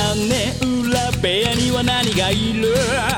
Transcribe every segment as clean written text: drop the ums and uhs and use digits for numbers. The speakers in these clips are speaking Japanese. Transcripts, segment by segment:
屋根裏部屋には何がいる？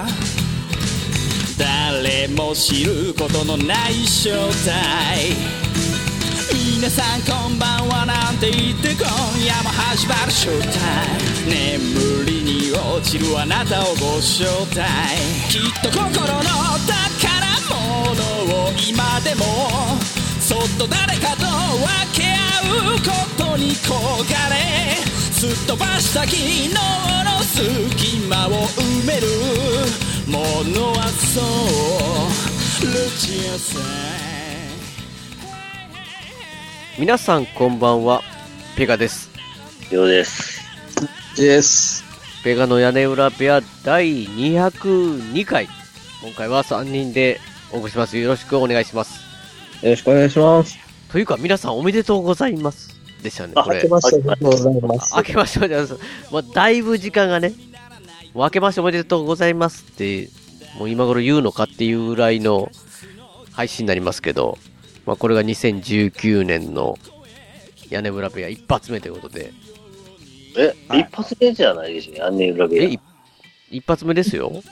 誰も知ることのない正体。皆さんこんばんはなんて言って今夜も始まるショータイム。眠りに落ちるあなたをご招待。きっと心の宝物を今でもそっと誰かと分け合うことに焦がれ、すっ飛ばした昨日の隙間を埋めるものはそうルチアさん。 皆さんこんばんは、ペガです。 ようです。 です。 ペガの屋根裏部屋第202回。今回は3人でお送りします。よろしくお願いします。 よろしくお願いします。 というか皆さんおめでとうございますでしたね。これ。 明けましておめでとうございます。 明けましておめでとうございます。まあ、だいぶ時間がね、もう明けましておめでとうございますって、もう今頃言うのかっていうぐらいの配信になりますけど、まあ、これが2019年の屋根裏部屋一発目ということで。 はい、一発目じゃないですね、屋根裏部屋。 一発目ですよ。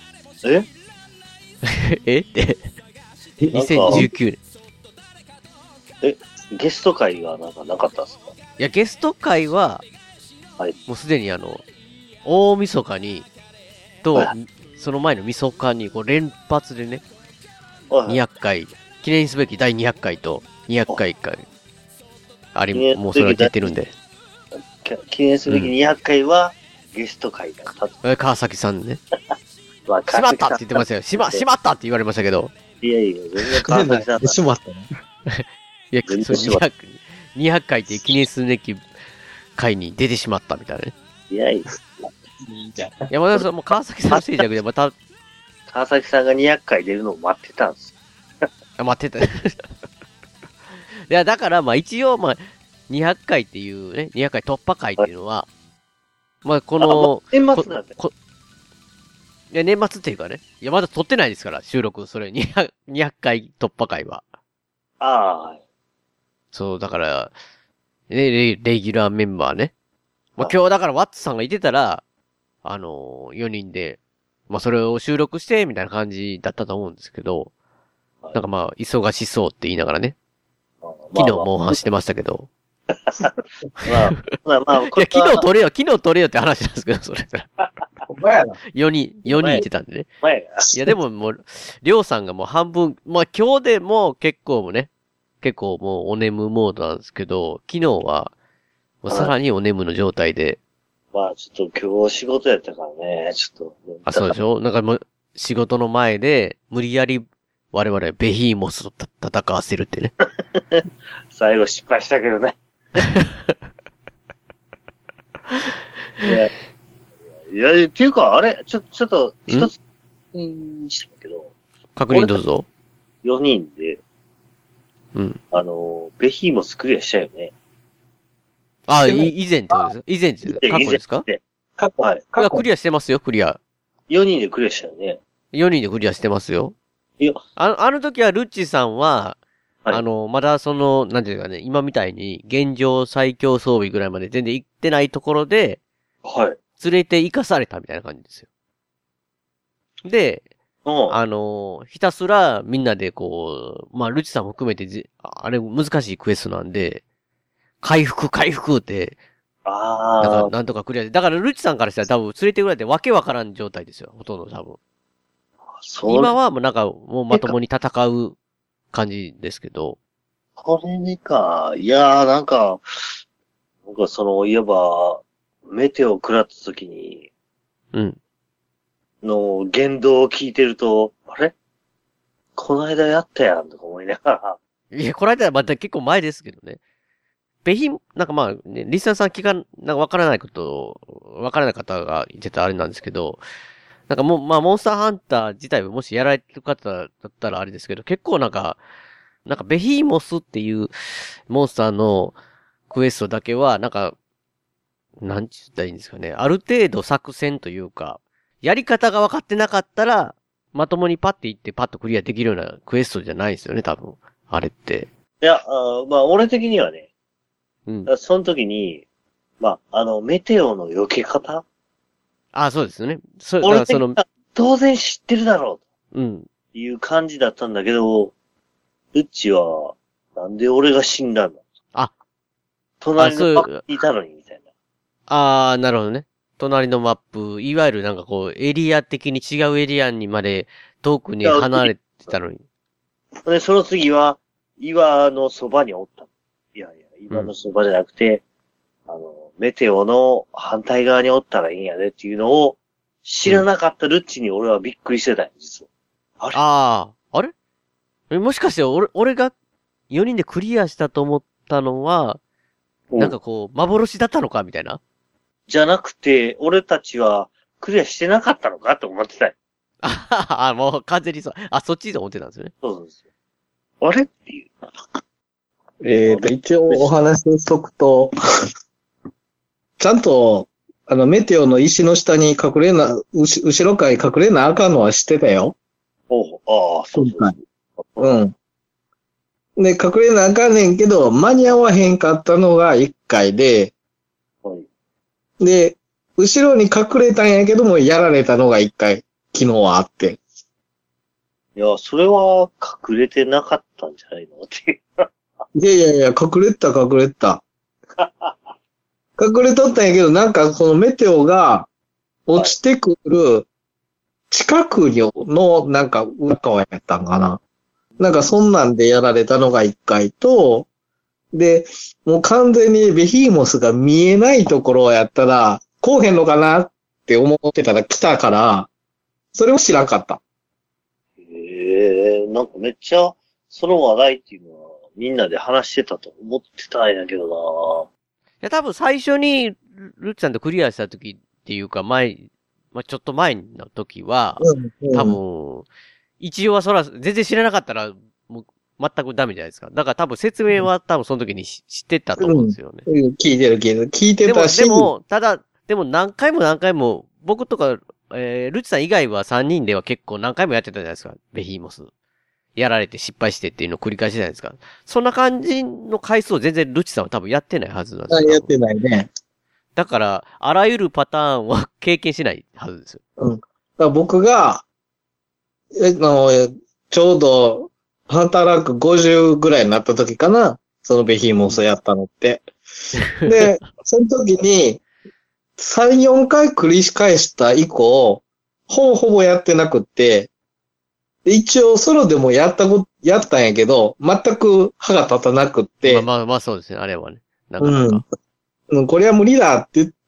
えって。2019 年。ゲスト会がなんかなかったんですか？ いや、ゲスト会は、 はい、 もうすでに大晦日に、と、 はい、 その前の晦日に、こう連発でね、 はい、 200回、記念すべき第200回と200回もうそれは出てるんで。 記念すべき200回は、ゲスト会だった。 川崎さんね。 まあ、 しまったって言ってましたよ。しまったって言われましたけど。 いやいや、全然川崎さん。 しまったね。 いや、200回っていう記念すべき回に出てしまったみたいなね。 いやいや。山田さんも川崎さんのせいじゃなくて、また。 川崎さんが200回出るのを待ってたんですよ。待ってた。いや、だから、まあ一応、まあ、200回っていうね、200回突破回っていうのは、まあこの、 年末なんだよ。 いや、年末っていうかね。いや、まだ撮ってないですから、収録、それ、200回突破回は。 ああ、はい。 そう、だから、レギュラーメンバーね。まあ、今日だからワッツさんがいてたら、4人で、まあ、それを収録して、みたいな感じだったと思うんですけど、なんかまあ、忙しそうって言いながらね。昨日も話してましたけど。 まあ、 いや、昨日撮れよって話なんですけど、それ。4人いてたんでね。いや、でももう、りょうさんがもう半分、まあ今日でも結構もうお眠モードなんですけど、昨日は、もうさらにお眠の状態で。 まあちょっと今日仕事やったからね、ちょっと。 あ、そうでしょ？なんかもう、仕事の前で、無理やり、我々ベヒーモスと戦わせるってね。 最後失敗したけどね。いや、っていうか、あれ、ちょっと、一つ、したけど。 確認どうぞ。 4人で、 うん。 ベヒーモスクリアしたよね。 あ、以前ってことですか？過去ですか？ 過去、はい。 クリアしてますよ、クリア。 4人でクリアしたよね。 4人でクリアしてますよ。 いや。 あの時はルッチさんは、 はい、 まだなんていうかね、今みたいに現状最強装備ぐらいまで全然行ってないところで、 はい。 連れて行かされたみたいな感じですよ。で、ひたすらみんなでこう、まあ、ルチさんも含めてあれ難しいクエストなんで、回復って、なんとかクリアで。だからルチさんからしたら多分連れてくられてわけわからん状態ですよ。ほとんど多分。今はもうなんかもうまともに戦う感じですけど。 これねか。いやーなんかいわば、メテオを食らった時に、の言動を聞いてると、あれこの間やったやんとか思いながら。 いや、この間はまた結構前ですけどね。なんかまあ、ね、リスナーさんなんかわからない方が言ってたあれなんですけど、なんかもう、まあ、モンスターハンター自体はもしやられてる方だったらあれですけど、結構なんかベヒーモスっていうモンスターのクエストだけは、なんか、なんて言ったらいいんですかね。ある程度作戦というか、やり方が分かってなかったら、まともにパッて行ってパッとクリアできるようなクエストじゃないですよね、多分。あれって。 いや、まあ、俺的にはね。 うん。 その時に、まあ、メテオの避け方あ、そうですよね。 俺その、 当然知ってるだろううん。 という感じだったんだけど、ルッチは、なんで俺が死んだんだあ、 隣のパッいたのにみたいな。 なるほどね。隣のマップ、いわゆるなんかこう、エリア的に違うエリアにまで遠くに離れてたのに。 で、その次は、岩のそばにおった。いやいや、岩のそばじゃなくて、メテオの反対側におったらいいんやでっていうのを、知らなかったルッチに俺はびっくりしてたよ、実は。 あれもしかして俺が4人でクリアしたと思ったのは、なんかこう、幻だったのかみたいな。 じゃなくて、俺たちはクリアしてなかったのかと思ってたよ。 もう完全にそう。そっちで思ってたんですよね。 そうそうそう。あれっていう。 一応お話ししとくと、ちゃんと、メテオの石の下に後ろ側に隠れなあかんのは知ってたよ。 そうそう。 うん。で、隠れなあかんねんけど、間に合わへんかったのが1回で、 はい、 で、後ろに隠れたんやけども、やられたのが1回、昨日はあって。 いや、それは隠れてなかったんじゃないのっていう。 いや、隠れた。隠れとったんやけど、なんかそのメテオが落ちてくる近くのなんか裏側やったんかな。なんかそんなんでやられたのが1回と、で、もう完全にベヒーモスが見えないところをやったら、こうへんのかなって思ってたら来たから、それを知らんかった。 なんかめっちゃ、その話題っていうのはみんなで話してたと思ってたんやけどな。 いや、多分最初にルッチさんとクリアした時っていうかちょっと前の時は、多分、一応は全然知らなかったら、もう全くダメじゃないですか。だから多分説明は多分その時に知ってたと思うんですよね。 聞いてたし。 でも何回も、僕とか、ルッチさん以外は3人では結構何回もやってたじゃないですか。ベヒーモス。やられて失敗してっていうのを繰り返しじゃないですか。そんな感じの回数を全然ルッチさんは多分やってないはずなんですよ。 やってないね。 だから、あらゆるパターンは経験しないはずですよ。 だから僕が、ちょうど、ハンターランク50ぐらいになった時かな。そのベヒーモスやったのって。で、その時に、3、4回繰り返した以降、ほぼやってなくって、一応ソロでもやったんやけど、全く歯が立たなくって。 まあそうですね、あれはね。なかなか。 これは無理だって言って、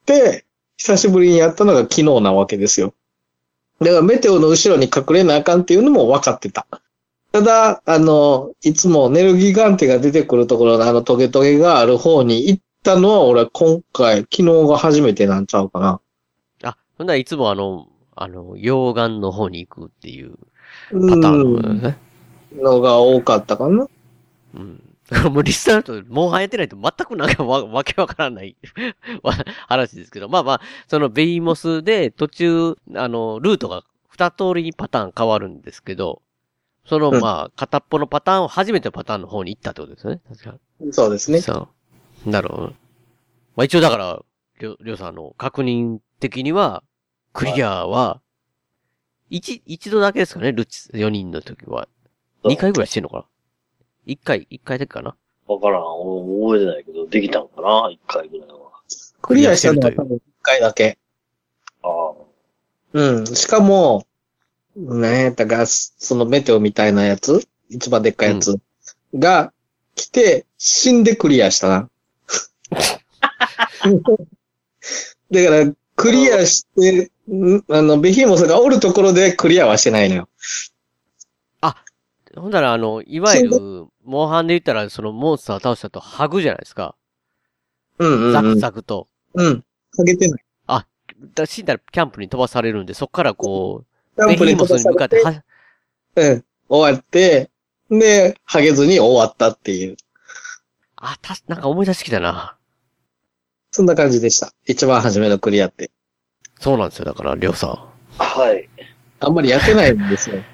久しぶりにやったのが昨日なわけですよ。だからメテオの後ろに隠れなあかんっていうのも分かってた。ただ、いつもネルギガンテが出てくるところのトゲトゲがある方に行ったのは俺は昨日が初めてなんちゃうかな。 ほんならいつも溶岩の方に行くっていうパターンのね。 のが多かったかな。 もうリスタート、モンハンやってないと全くなんかわけわからない話ですけど。まあ、そのベイモスで途中、ルートが2通りにパターン変わるんですけど、その片っぽのパターンを初めてのパターンの方に行ったってことですよね。確かそうですね。 そう。なるほど。一応だから、りょうさん確認的には、クリアは、一度だけですかね、ルッチ4人の時は。2回ぐらいしてんのかな ?1 回だけかなわからん。覚えてないけど、できたんかな ?1 回ぐらいは。 クリアしたのは多分1回だけ。しかも、だから、そのメテオみたいなやつ、一番でっかいやつが来て、死んでクリアしたな。だから、クリアして、ベヒーモスがおるところでクリアはしてないのよ。 ほんならいわゆる、モンハンで言ったら、そのモンスターを倒したとハグじゃないですか。ザクザクと。 ハゲてない。 死んだらキャンプに飛ばされるんで、そっからこう、ベヒーモスに向かって、 終わって、で、ハゲずに終わったっていう。 なんか思い出してきたな。 そんな感じでした。一番初めのクリアって。 そうなんですよ、だから、りょうさん。 はい。 あんまりやってないんですよ。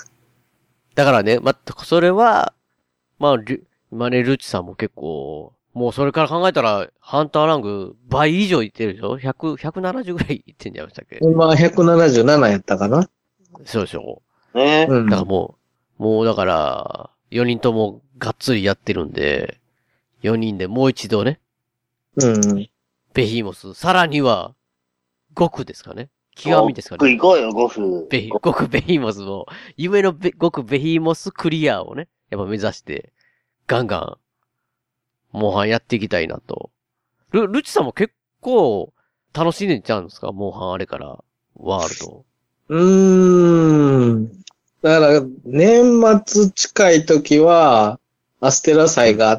だからね、それは、今ね、ルッチさんも結構、 もうそれから考えたら、ハンターランク倍以上いってるでしょ ?100、170ぐらいいってんじゃいましたっけ？ 今177やったかな。 そうでしょ。 ね。 うん。 だからもうだから、4人ともがっつりやってるんで、4人でもう一度ね、 うん。 ベヒーモス、さらには、極ですかね。極みですかね。 極行こうよ、5分。 極ベヒーモスの、夢の極ベヒーモスクリアをね、やっぱ目指して、ガンガン、モンハンやっていきたいなと。ルチさんも結構、楽しんでんちゃうんですか？モンハンあれから、ワールド。 だから、年末近い時は、アステラ祭があって、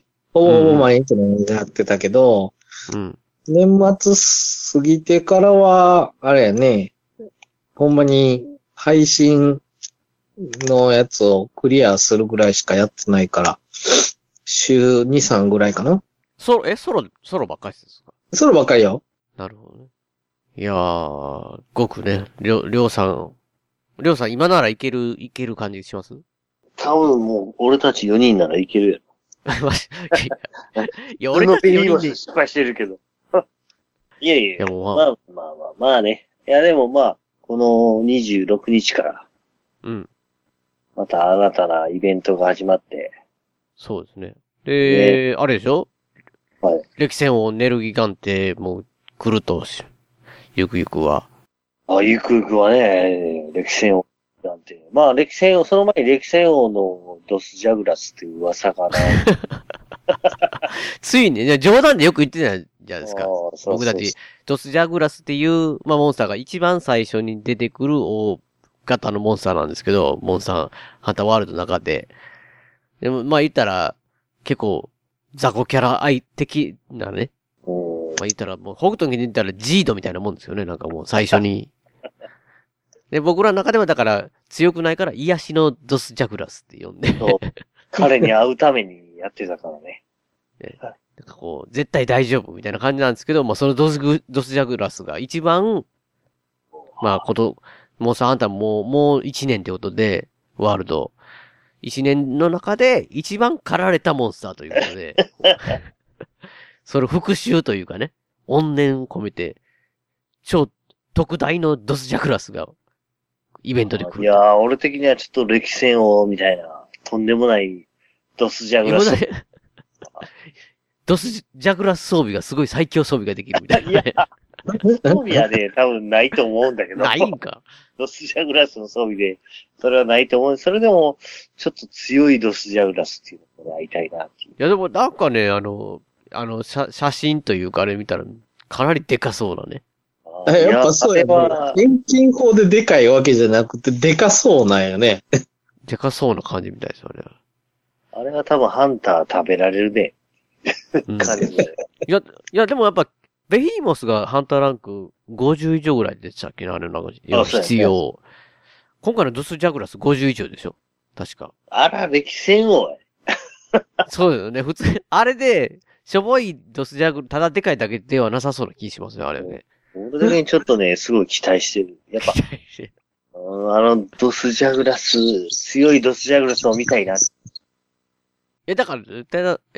ほぼほぼ毎日のようにやってたけど、 うん。 年末過ぎてからは、あれやね、ほんまに配信のやつをクリアするぐらいしかやってないから、週2、3ぐらいかな。 ソロばっかりですか？ そればっかりよ。 なるほどね。いやー、極ね、りょうさん今ならいける感じします？ 多分もう、俺たち4人ならいけるやろ。 いや、俺たち4人で。 失敗してるけど。いやいや。 いやもうまあね。いやでもまあ、この26日から、 うん。 また新たなイベントが始まって。 そうですね。で、あれでしょ？ はい。 歴戦王ネルギガンテも来るとし、ゆくゆくは。 ゆくゆくはね、歴戦王なんて。まあ、その前に歴戦王のドス・ジャグラスっていう噂がね。 ついに、冗談でよく言ってたじゃないですか。 そう僕たち、ドス・ジャグラスっていう、まあ、モンスターが一番最初に出てくる大型のモンスターなんですけど、モンスター、ハンターワールドの中で。でも、まあ言ったら、結構、雑魚キャラ愛的なね。まあ言ったら、もう、北斗に出たらジードみたいなもんですよね。なんかもう最初に。で、僕らの中ではだから、強くないから、癒しのドス・ジャグラスって呼んで。 彼に会うためにやってたからね。 なんかこう、絶対大丈夫みたいな感じなんですけど、まあそのドス・ジャグラスが一番、まあモンスターハンターもう1年ってことで、ワールド。1年の中で一番狩られたモンスターということで、それ復讐というかね、怨念込めて、超特大のドス・ジャグラスがイベントで来る。 いやー、俺的にはちょっと歴戦王みたいな、とんでもないドス・ジャグラス。 ドス・ジャグラス装備がすごい最強装備ができるみたいな、ね。 いや、装備はね、多分ないと思うんだけど。 ないんか。 ドス・ジャグラスの装備で、それはないと思う。それでも、ちょっと強いドス・ジャグラスっていうのを会いたいなっていう。 いやでもなんかね、写真というかあれ見たら、かなりでかそうなね。 やっぱそうやね。遠近法ででかいわけじゃなくて、でかそうなんやね。 でかそうな感じみたいですよね。 あれは多分ハンター食べられるね。 うん、 感じで。 いやでもやっぱ、ベヒーモスがハンターランク50以上ぐらいでしたっけね、あれなんか、必要。今回のドス・ジャグラス50以上でしょ確か。 あら、歴戦王そうだよね。普通、あれで、しょぼいドス・ジャグ、ただでかいだけではなさそうな気しますね、あれね。 俺的にちょっとね、すごい期待してる。やっぱ、ドス・ジャグラス、強いドス・ジャグラスを見たいな。 だから、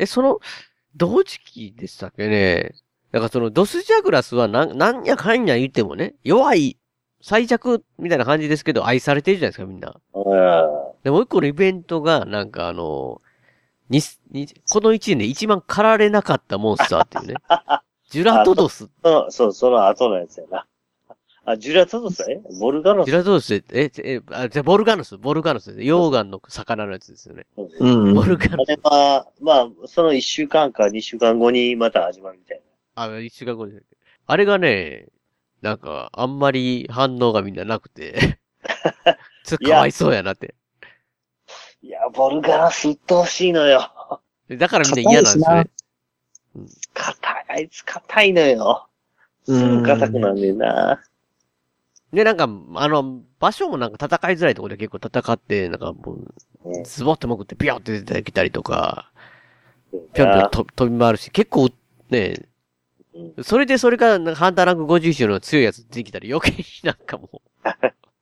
同時期でしたっけね。だからそのドス・ジャグラスはなんやかんや言ってもね、弱い、最弱みたいな感じですけど、愛されてるじゃないですか、みんな。で、もう一個のイベントが、なんかこの1年で一番狩られなかったモンスターっていうね。ジュラトドス。 そう、その後のやつやな。ジュラトドスボルガノス。 ジュラトドスボルガノスで、溶岩の魚のやつですよね。 うん。 ボルガノス。 あれは、まあ、その1週間か2週間後にまた始まるみたいな。 1週間後で。あれがね、なんか、あんまり反応がみんななくて、ちょっとかわいそうやなって。 いや、ボルガノス鬱陶しいのよ。 だからみんな嫌なんですよね。 あいつ硬いのよ。すぐ硬くなんねんな。 で、なんか、場所もなんか戦いづらいところで結構戦って、なんかもう、ズボって潜ってピョンって出てきたりとか、ぴょんぴょん飛び回るし、結構、ね、それが、ハンターランク50以上の強いやつできたら余計になんかもう。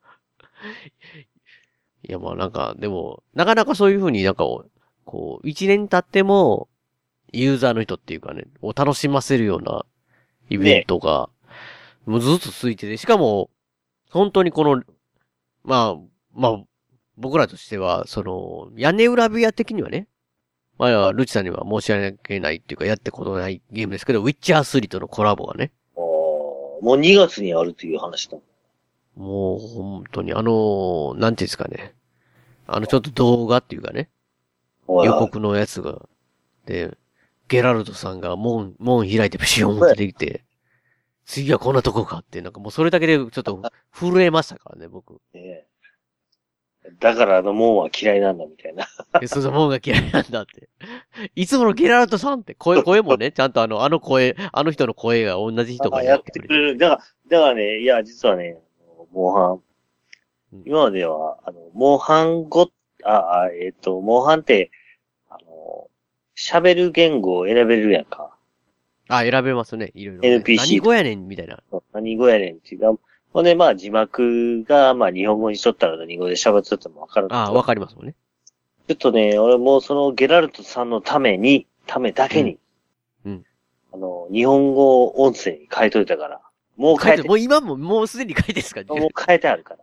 いや、まあなんか、でも、なかなかそういう風になんか、こう、1年経っても、 ユーザーの人っていうかね、を楽しませるようなイベントが、もうずっと続いてて、しかも、本当にこの、まあ、僕らとしては、屋根裏部屋的にはね、まあ、ルチさんには申し訳ないっていうか、やってことないゲームですけど、ウィッチャー3とのコラボがね。 もう2月にあるという話だ。 もう、本当に、なんていうんですかね。ちょっと動画っていうかね、予告のやつが、で、ゲラルドさんが門開いてプションって出てきて、次はこんなとこかって、なんかもうそれだけでちょっと震えましたからね、僕。 だから門は嫌いなんだみたいな。 そう、門が嫌いなんだって。いつものゲラルドさんって声もね、ちゃんと声、あの人の声が同じ人がやってくれる。だからね、いや、実はね、モンハン。今までは、モンハンモンハンって、喋る言語を選べるやんか。 選べますね、いろいろ、ね。 NPC。 何語やねん、みたいな。 何語やねんっていうか、ほんで、まあ、字幕が、まあ、日本語にしとったら何語で喋っとってもわかる。 わかりますもんね。 ちょっとね、俺もそのゲラルトさんのためだけに、日本語音声に変えといたから。もう変えて。 もう今もうすでに書いてるんですか？ もう変えてあるから。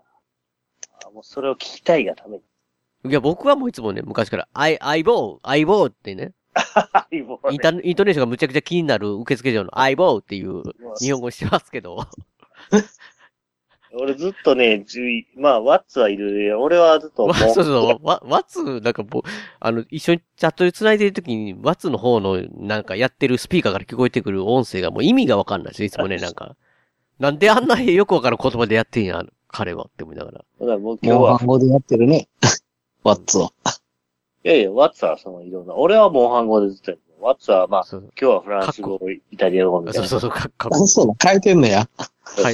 もうそれを聞きたいがために。 いや、僕はもういつもね、昔から、相棒ってね。イントネーションがむちゃくちゃ気になる受付嬢の相棒っていう日本語してますけど。 俺ずっとね、まあ、ワッツはいるよ。俺はずっと。 そう、ワッツ、なんか一緒にチャットで繋いでるときに、ワッツの方のなんかやってるスピーカーから聞こえてくる音声がもう意味がわかんないですよ、いつもね、なんか。なんであんなよくわかる言葉でやってんや、彼はって思いながら。 だからもう今日は。 モンハン語でやってるね。ワッツを。 いや、ワッツはいろんな。俺はモンハン語でずっとやってる。ワッツはまあ、今日はフランス語、イタリア語みたいな。 そう、 そうだ、変えてんのや。 はい。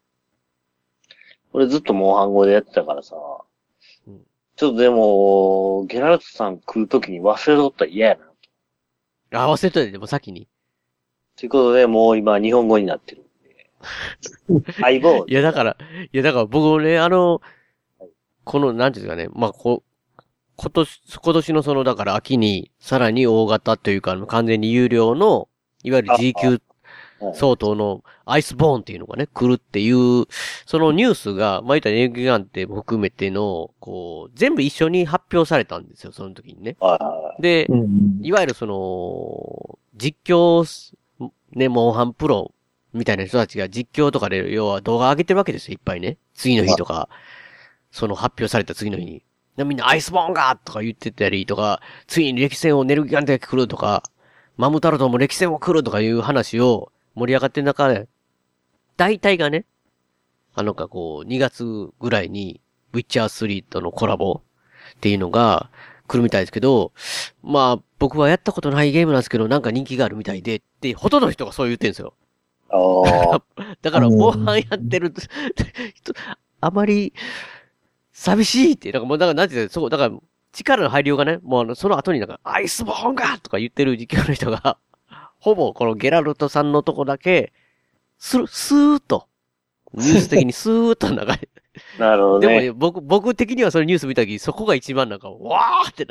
俺ずっとモンハン語でやってたからさ。ちょっとでも、ゲラルトさん来るときに忘れとったら嫌やな。 忘れといて、でも先に。 ということで、もう今日本語になってるんで。相棒。 いや、だから僕もね、この、なんていうんですかね、まあ、今年のだから秋に、さらに大型というか、完全に有料の、いわゆる G 級相当のアイスボーンっていうのがね、来るっていう、そのニュースが、まあ、言ったらネギガンって含めての、全部一緒に発表されたんですよ、その時にね。で、いわゆる実況、ね、モンハンプロみたいな人たちが実況とかで、要は動画上げてるわけですよ、いっぱいね。次の日とか、発表された次の日に。みんなアイスボーンがとか言ってたりとか、ついに歴戦をネルギガンテが来るとか、マムタルトも歴戦を来るとかいう話を盛り上がってる中で、大体がね、2月ぐらいに、ウィッチャー3とのコラボっていうのが来るみたいですけど、まあ、僕はやったことないゲームなんですけど、なんか人気があるみたいで、ってほとんどの人がそう言ってるんですよ。だから、モンハンやってる人、あまり、寂しいって、なんかなんていうの、だから、力の入りようがね、もうその後にアイスボーンがとか言ってる実況の人が、ほぼこのゲラルトさんのとこだけ、スーッと、ニュース的にスーッと流れ。 なるほどね。 でも僕的にはそのニュース見たとき、そこが一番わーって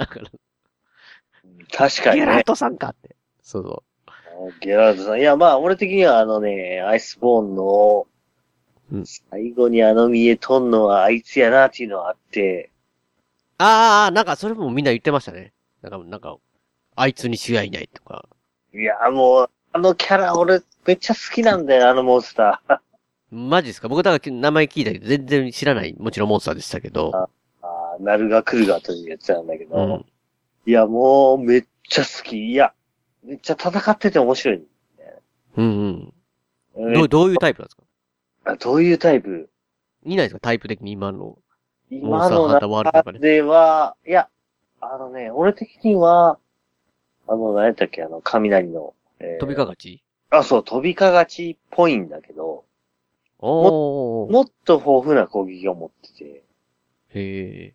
確かにね。 ゲラルトさんかって。そう。 ゲラルトさん。いや、まあ、俺的にはアイスボーンの、最後に見えとんのはあいつやなっていうのはあって。 なんかそれもみんな言ってましたね。なんか、あいつに違いないとか。 いや、もう、キャラ俺めっちゃ好きなんだよ、モンスター。 マジですか？僕だから名前聞いたけど、全然知らない、もちろんモンスターでしたけど。 ナルガクルガというやつなんだけど。いや、もう、めっちゃ好き。いや、めっちゃ戦ってて面白い、 ね。どういうタイプなんですか？ どういうタイプ？ いないですか？タイプ的に今の。 今の中では、いや、俺的には、何やったっけ、雷の。 飛びかがち？ そう、飛びかがちっぽいんだけど、もっと豊富な攻撃を持ってて。 へ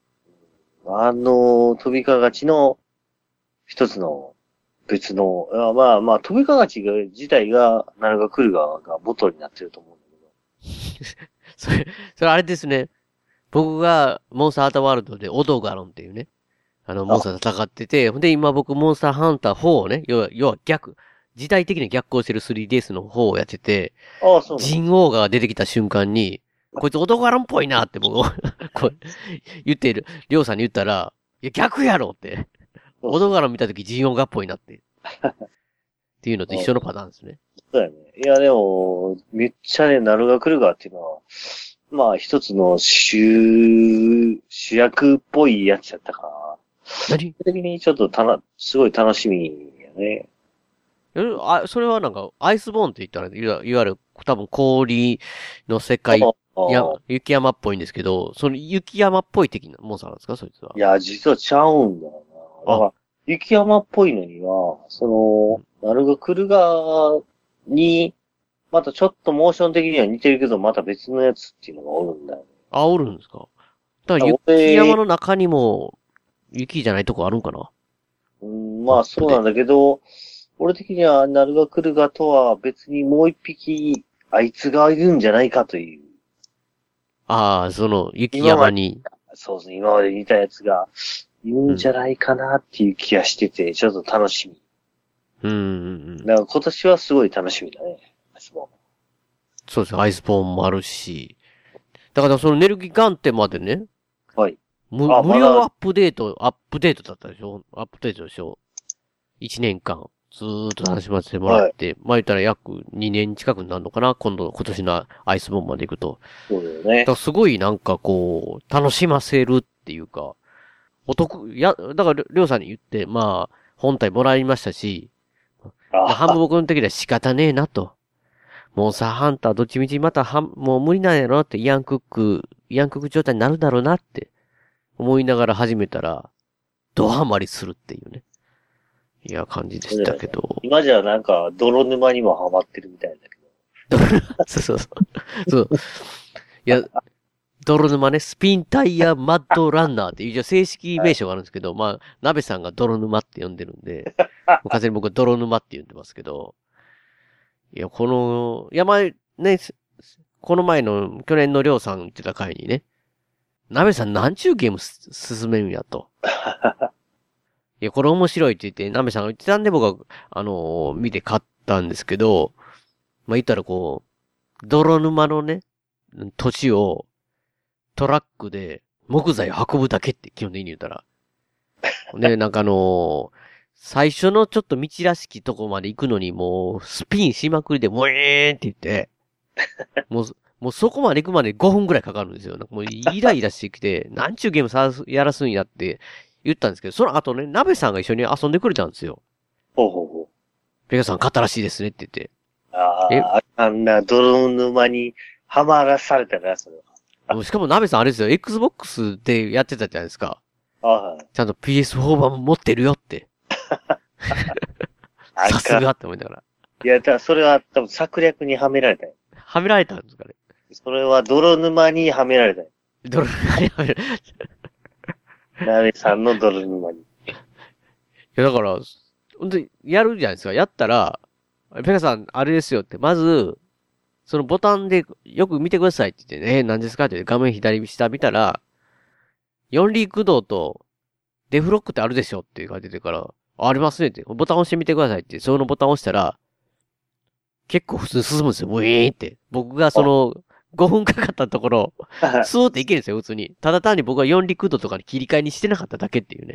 飛びかがちの一つの別の、まあ、飛びかがち自体が、ナルガクルガが元になってると思うんだけど。それあれですね。僕がモンスターハンターワールドでオドガロンっていうね、 モンスターと戦ってて、ほんで今僕モンスターハンター4をね、要は時代的に逆行してる 3DS の方をやってて、 ああ、そうなんだ。 ジンオウが出てきた瞬間に、こいつ男柄っぽいなって僕、こう言ってる、りょうさんに言ったら、いや逆やろって。男柄見たときジンオウがっぽいなって。っていうのと一緒のパターンですね。 そうやね。いや、でも、めっちゃね、ナルガクルガーっていうのは、まあ一つの主役っぽいやつやったから、 何？ 的にちょっとすごい楽しみやね。 それはなんか、アイスボーンって言ったら、いわゆる多分氷の世界、雪山っぽいんですけど、その雪山っぽい的なモンスターなんですかそいつは。 いや、実はちゃうんだよな。だから、雪山っぽいのには、ナルガクルガーに、またちょっとモーション的には似てるけど、また別のやつっていうのがおるんだよね。 あ、おるんですか？だから雪山の中にも、雪じゃないとこあるんかな？ まあそうなんだけど、俺的にはナルガクルガとは別にもう一匹、あいつがいるんじゃないかという。 ああ、その雪山に。 そうですね、今まで見たやつがいるんじゃないかなっていう気がしてて、ちょっと楽しみ。だから今年はすごい楽しみだね。 そうですね、アイスボーンもあるし。だからそのネルギガンテまでね。 はい。 無料アップデートだったでしょ？アップデートでしょ？1年間、ずーっと楽しませてもらって、はい、まあ言ったら約2年近くになるのかな？今年のアイスボーンまで行くと。 そうだよね。 だからすごいなんかこう、楽しませるっていうか、だから、りょうさんに言って、まあ、本体もらいましたし、半分僕の時では仕方ねえなと。モンスターハンターどっちみちまたもう無理なんやろってイアンクック状態になるだろうなって思いながら始めたら、ドハマりするっていうね。いや、感じでしたけど。 今じゃなんか、泥沼にもハマってるみたいだけど。 そう。いや、泥沼ね、スピンタイヤマッドランナーっていう正式名称があるんですけど、まあ、鍋さんが泥沼って呼んでるんで、完全に僕は泥沼って呼んでますけど、いや、前、ね、この前の、去年のりょうさん言ってた回にね、鍋さんなんちゅうゲーム進めるんやと。いや、これ面白いって言って、鍋さんが言ってたんで僕は、見て買ったんですけど、まあ、言ったらこう、泥沼のね、土地をトラックで木材を運ぶだけって基本的に言ったら。ね、なんか最初のちょっと道らしきとこまで行くのにもうスピンしまくりでウェーンって言って、もうそこまで行くまで5分くらいかかるんですよ。なんかもうイライラしてきて、なんちゅうゲームやらすんやって言ったんですけど、その後ね、鍋さんが一緒に遊んでくれたんですよ。 ほう。 ペガさん買ったらしいですねって言って。 あんな泥沼にはまらされたな、それは。しかも鍋さんあれですよ、Xbox でやってたじゃないですか。ちゃんと PS4 版も持ってるよって。さすがって思いながら。 いや、それは多分策略にはめられたよ。 はめられたんですかね。 それは泥沼にはめられたよ。 泥沼にはめられた。鍋さんの泥沼に。いや、だから、ほんとやるじゃないですか。やったら、ペガさん、あれですよって、まず、そのボタンでよく見てくださいって言ってね、何ですかって画面左下見たら、四輪駆動とデフロックってあるでしょって書いててから、ありますねって、ボタン押してみてくださいって、そのボタン押したら、結構普通に進むんですよ。ウィーンって。僕が5分かかったところ、スーっていけるんですよ、普通に。ただ単に僕は四輪駆動とかに切り替えにしてなかっただけっていうね。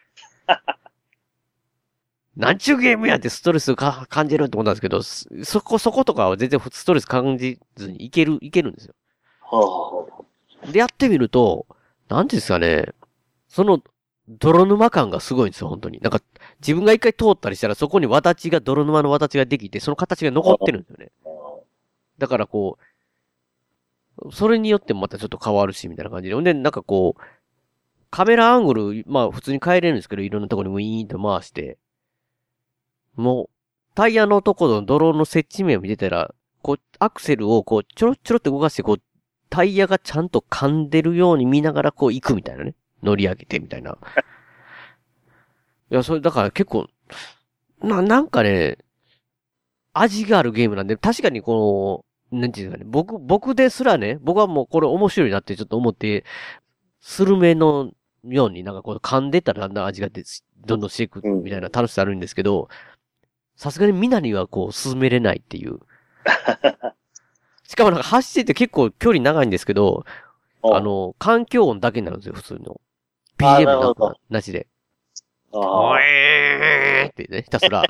なんちゅうゲームやってストレス感じるって思ったんですけど、そことかは全然ストレス感じずにいけるんですよ。で、やってみると、なんていうんですかね、その、泥沼感がすごいんですよ、本当に。なんか、自分が一回通ったりしたら、そこに泥沼の轍ができて、その形が残ってるんですよね。だからこう、それによってもまたちょっと変わるし、みたいな感じで。ほんで、なんかこう、カメラアングル、まあ普通に変えれるんですけど、いろんなところにウィーンと回して、もう、タイヤのところの泥の接地面を見てたら、こう、アクセルをこう、ちょろって動かして、こう、タイヤがちゃんと噛んでるように見ながらこう行くみたいなね。乗り上げてみたいな。いや、それだから結構、なんかね、味があるゲームなんで、確かになんていうんですかね、僕ですらね、僕はもうこれ面白いなってちょっと思って、スルメのようになんかこう噛んでったらだんだん味がどんどんしていくみたいな楽しさあるんですけど、さすがにみんなにはこう進めれないっていう。しかもなんか走ってて結構距離長いんですけど、環境音だけになるんですよ、普通の。BGM なしで。おえーってね、ひたすら。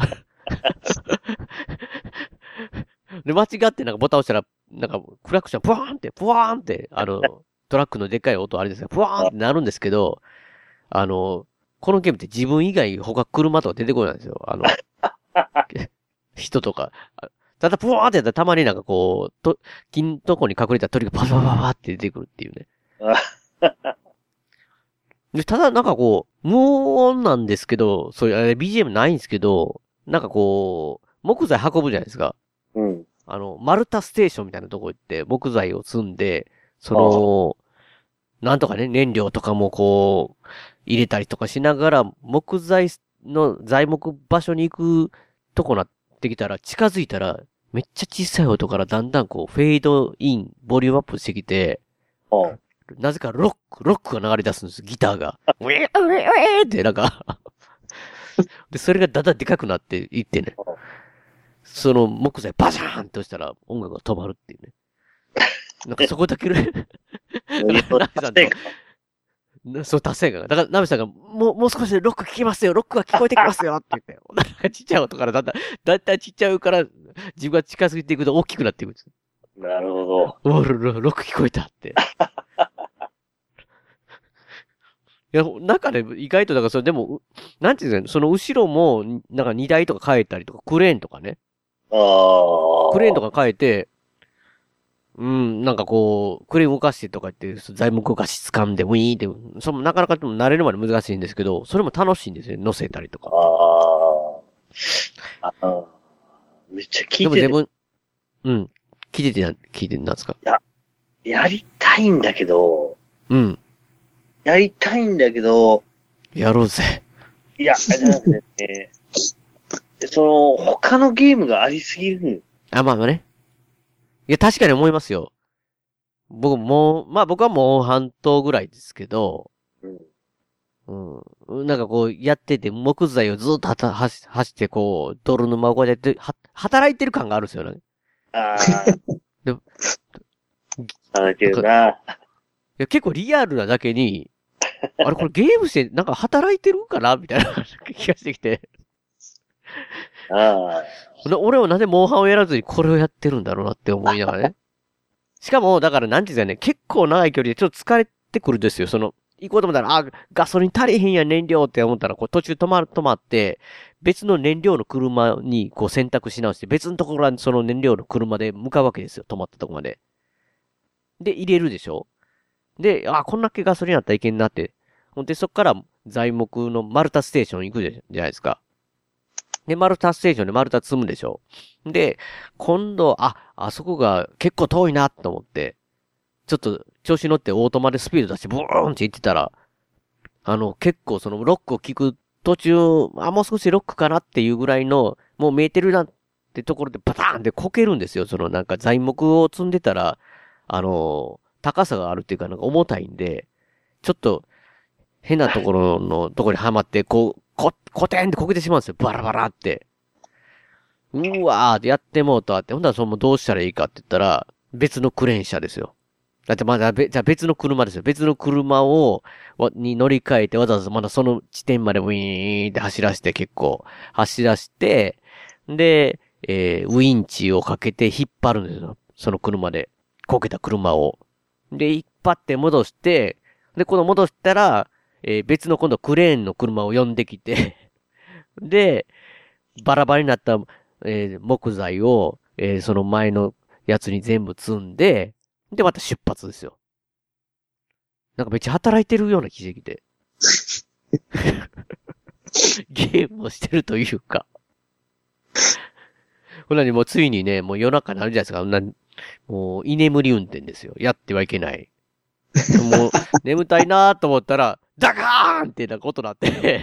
で、間違ってなんかボタン押したら、なんかクラクション、ブワーンって、トラックのでっかい音あれですね、ブワーンってなるんですけど、このゲームって自分以外他車とか出てこないんですよ。人とか。ただ、ブワーンってやったらたまになんかこう、木のとこに隠れた鳥がパパパパって出てくるっていうね。で、ただなんかこう、無音なんですけど、そういう、BGM ないんですけど、なんかこう、木材運ぶじゃないですか。 うん。 マルタステーションみたいなとこ行って木材を積んで、なんとかね、燃料とかもこう、入れたりとかしながら、木材の材木場所に行くとこなってきたら、近づいたら、めっちゃ小さい音からだんだんこう、フェードイン、ボリュームアップしてきて、なぜかロックが流れ出すんです、ギターが。ウェーってなんかで、それがだんだんでかくなっていってね。その木材バシャーンとしたら音楽が止まるっていうね。なんかそこだけね。ナミさんと、そう、達成感が。だからナミさんが、もう少しでロック聞きますよ、ロックが聞こえてきますよって言って。なんかちっちゃい音からだんだんちっちゃいから、自分が近づいていくと大きくなっていくんです。 なるほど。 ロック聞こえたって。いや、なんかね、意外と、だからでも、なんていうんですかね、その後ろも、なんか荷台とか変えたりとか、クレーンとかね。クレーンとか変えて、なんかこう、クレーン動かしてとか言って、材木動かし掴んで、ウィーンって、なかなか慣れるまで難しいんですけど、それも楽しいんですよね、乗せたりとか。 めっちゃ聞いてる。 でも自分、聞いてなんですか？ やりたいんだけど、 やろうぜ。 いや、ね、他のゲームがありすぎる。 まあね。いや、確かに思いますよ。僕はもう半島ぐらいですけど、なんかこう、やってて、木材をずっと走ってこう、泥沼をこうやって、働いてる感があるんですよね。でも、 働いてるな。 いや、結構リアルなだけに、あれこれゲームしてなんか働いてるかなみたいな気がしてきて。俺はなぜモンハンをやらずにこれをやってるんだろうなって思いながらね。しかも、だからなんていうんですかね、結構長い距離でちょっと疲れてくるんですよ。行こうと思ったら、ガソリン足りへんや燃料って思ったら、こう途中止まって、別の燃料の車にこう選択し直して、別のところにその燃料の車で向かうわけですよ。止まったとこまで。で、入れるでしょ？で、こんだけガソリンあったらいけんなって。ほんで、そっから材木のマルタステーション行くじゃないですか。で、マルタステーションでマルタ積むでしょ。で、今度、あそこが結構遠いなと思って、ちょっと調子乗ってオートマでスピード出してブーンって行ってたら、結構そのロックを聞く途中、もう少しロックかなっていうぐらいの、もう見えてるなってところでバターンってこけるんですよ。なんか材木を積んでたら、高さがあるっていうかなんか重たいんで、ちょっと変なところにはまって、こう、コテンってこけてしまうんですよ。バラバラって。うわーってやってもうとあって、ほんならどうしたらいいかって言ったら、別のクレーン車ですよ。だってじゃあ別の車ですよ。別の車に乗り換えて、わざわざまだその地点までウィーンって走らして結構、走らして、で、ウィンチをかけて引っ張るんですよ。その車で。こけた車を。で、引っ張って戻して、で、この戻したら、別の今度クレーンの車を呼んできて、で、バラバラになった、木材を、その前のやつに全部積んで、で、また出発ですよ。なんかめっちゃ働いてるような気がしてきて。ゲームをしてるというか。ほらにもうついにね、もう夜中になるじゃないですか。もう居眠り運転ですよ。やってはいけない。もう眠たいなーと思ったら、ダカーンってなことになって、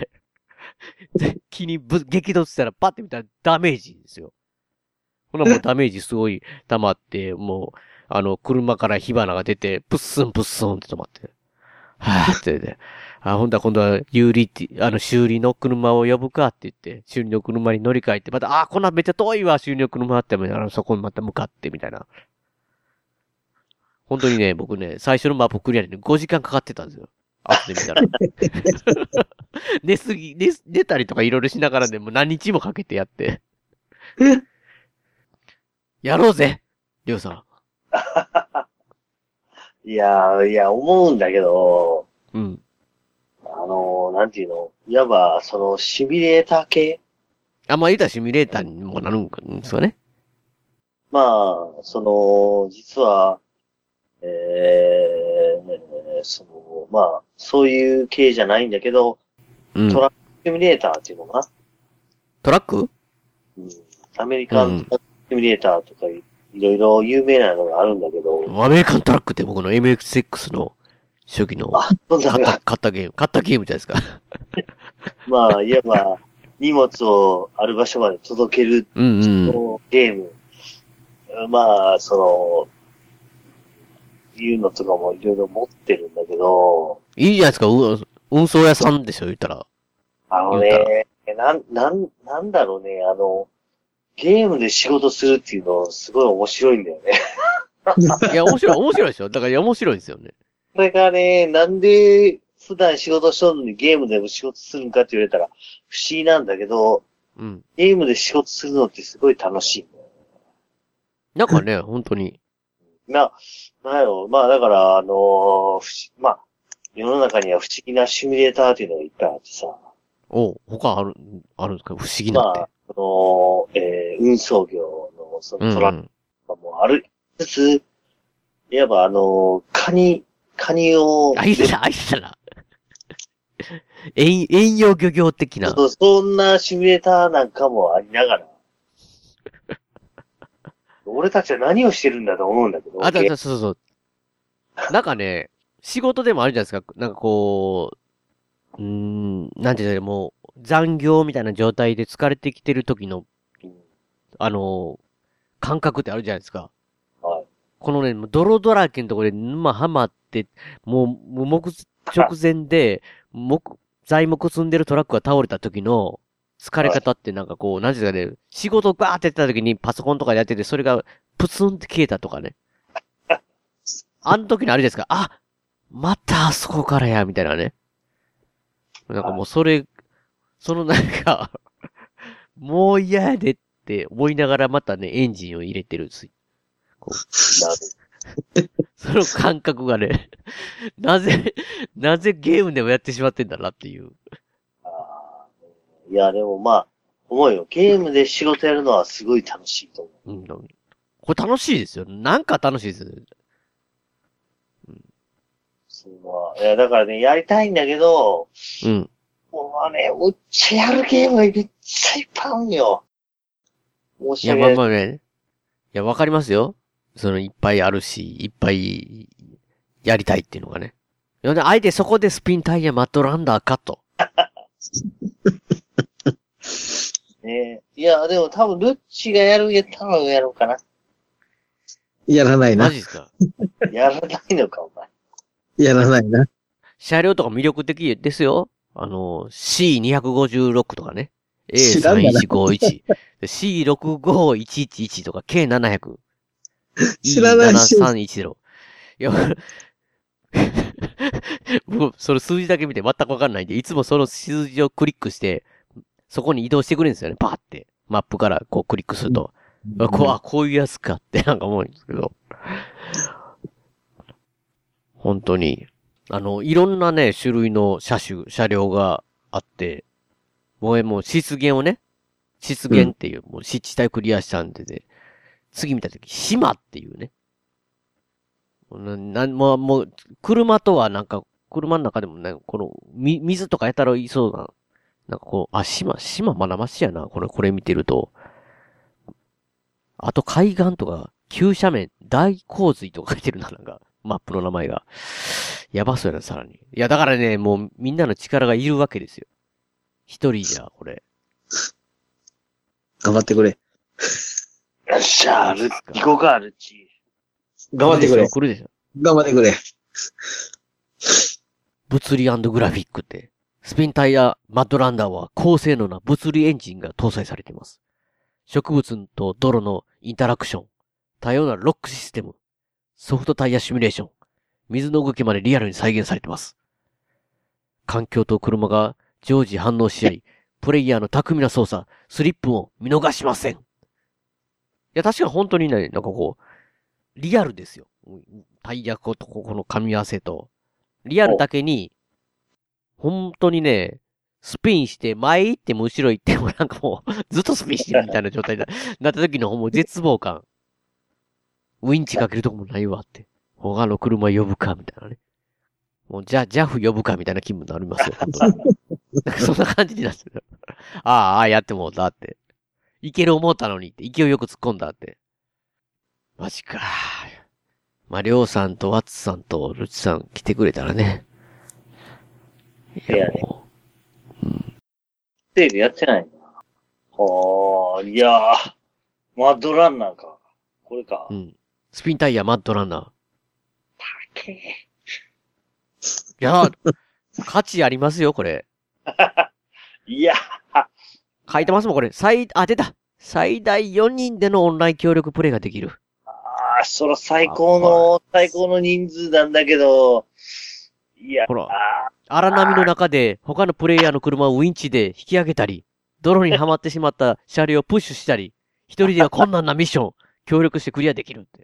木に激突したらパッて見たらダメージですよ。ほなもうダメージすごい溜まって、もう、車から火花が出て、プッスンプッスンって止まって。 はぁって言って、ほんだ今度は修理の車を呼ぶかって言って、修理の車に乗り換えて、また、こんなめっちゃ遠いわ、修理の車あっても、そこにまた向かって、みたいな。本当にね、僕ね、最初のマップクリアにね、5時間かかってたんですよ。後で見たら。寝たりとかいろいろしながらね、もう何日もかけてやって。やろうぜりょうさん。いや、思うんだけど、 うん。 なんていうの、いわば、シミュレーター系言うたらシミュレーターにもなるんですよね。 まあ、実は、まあ、そういう系じゃないんだけど、 うん。 トラックシミュレーターっていうのかな。 トラック？ うん。アメリカントラックシミュレーターとかいろいろ有名なのがあるんだけど。 アメリカントラックって僕の MXX の初期の買ったゲームじゃないですか。 まあ、いわば、荷物をある場所まで届ける、 うんうん、 ゲーム。まあ、いうのとかもいろいろ持ってるんだけど。 いいじゃないですか、運送屋さんでしょ、言ったら。 なんだろうね、ゲームで仕事するっていうのすごい面白いんだよね。 いや、面白いでしょ。だから面白いですよね。 それがね、なんで普段仕事しとるのにゲームでも仕事するんかって言われたら不思議なんだけど、 うん。 ゲームで仕事するのってすごい楽しいんだよね。 なんかね、本当に。 なんやろ、まあだから、まあ、世の中には不思議なシミュレーターっていうのがいっぱいあってさ。 他あるんですか？不思議なって。まあ、 運送業のトラックとかもあるつつ、いわばカニを。 あいつら。遠洋漁業的な。 そんなシミュレーターなんかもありながら。俺たちは何をしてるんだと思うんだけど。 そう。なんかね、仕事でもあるじゃないですか。なんかこう、なんていうの、もう、残業みたいな状態で疲れてきてる時の、感覚ってあるじゃないですか。 はい。 このね、泥だらけのところで沼ハマって、もう、直前で、材木積んでるトラックが倒れた時の疲れ方ってなんかこう、なんていうかね、仕事バーってやってた時にパソコンとかでやってて、それがプツンって消えたとかね。あの時にあるじゃないですか。またあそこからや、みたいなね。なんかもうなんかもう嫌やでって思いながらまたね、エンジンを入れてるんですよ。その感覚がね、なぜゲームでもやってしまってんだなっていう。 いや、でもまあ、思うよ。ゲームで仕事やるのはすごい楽しいと思う。 これ楽しいですよ。なんか楽しいですよ。 いや、だからね、やりたいんだけど、 うん。 もうね、むっちゃやるゲームがめっちゃいっぱいあるんよ。申し訳ない。 いや、まあね。いや、わかりますよ。いっぱいあるし、いっぱいやりたいっていうのがね。あえてそこでスピンタイヤマットランダーかと。 ねいや、でも多分ルッチがやるんやったらやろうかな。 やらないな。 マジですか？ やらないのか、お前。 やらないな。 車両とか魅力的ですよ。C256 とかね。A3151。C65111 とか K700。 知らないし。 E7310。いや、僕、その数字だけ見て全くわかんないんで、いつもその数字をクリックして、そこに移動してくれるんですよね。パーって。マップからこうクリックすると。こういうやつかってなんか思うんですけど。本当に。いろんなね、種類の車両があって、もう湿原をね、湿原っていう、もう湿地帯クリアしたんでね、次見たとき、島っていうね。もう、車とはなんか、車の中でもね、この、水とかやたらいそうな、なんかこう、島まだましやな、これ見てると。あと海岸とか、急斜面、大洪水とか書いてるな、なんか、マップの名前が。やばそうやな、さらに。いや、だからね、もうみんなの力がいるわけですよ。一人じゃ、これ。 頑張ってくれ。 よっしゃ、行こうか、ルッチ。 頑張ってくれ。 来るでしょ。 頑張ってくれ。 物理&グラフィックって、スピンタイヤマッドランダーは高性能な物理エンジンが搭載されています。植物と泥のインタラクション、多様なロックシステム、ソフトタイヤシミュレーション、水の動きまでリアルに再現されています。環境と車が常時反応し合い、プレイヤーの巧みな操作、スリップを見逃しません。いや、確か本当にね、なんかこう、リアルですよ。タイヤとここの噛み合わせと。リアルだけに、本当にね、スピンして前行っても後ろ行ってもなんかもうずっとスピンしてるみたいな状態になった時のもう絶望感。ウィンチかけるとこもないわって。他の車呼ぶかみたいなね。もうジャフ呼ぶかみたいな気分になりますよ。本当になんかそんな感じになってる。ああ、やってもうたって。いける思ったのにって。勢いよく突っ込んだって。マジか。まあ、りょうさんとワッツさんとルチさん来てくれたらね。 いやね。セールやってないな。いやー。マッドランナーか。これか。 うん。スピンタイヤマッドランナー。 高え。 いや、価値ありますよ、これ。 いや書いてますもん、これ。出た。最大4人でのオンライン協力プレイができる。 そら最高の人数なんだけど、いや、 ほら、荒波の中で他のプレイヤーの車をウィンチで引き上げたり、泥にはまってしまった車両をプッシュしたり、一人では困難なミッションを協力してクリアできるって。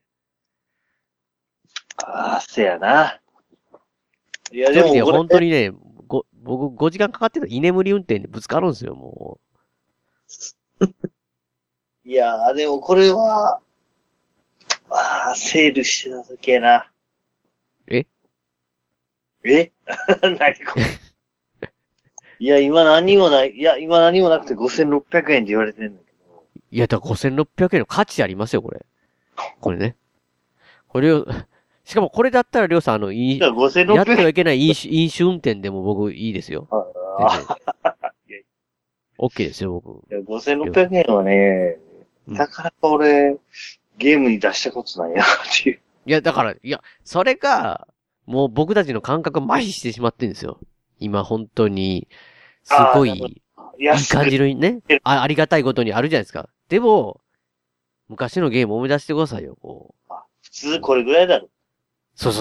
せやな。いや、 一人で本当にね、僕5時間かかってる居眠り運転でぶつかるんですよ、もう。いや、でもこれは、セールしてた時やな。 え何これ。いや、今何もなくて5600円って言われてるんだけど。 いや、だから5600円の価値ありますよ、これ。これね。これを、しかもこれだったら、りょうさん、やってはいけない飲酒運転でも僕いいですよ。OK ですよ、僕。 いや、5600円はね、なかなか俺、ゲームに出したことないな、っていう。 いや、だから、それが、もう僕たちの感覚が麻痺してしまってるんですよ。今、本当に、すごい、いい感じのね、ありがたいことにあるじゃないですか。でも、昔のゲーム思い出してくださいよ、こう。 普通これぐらいだろ。 そう。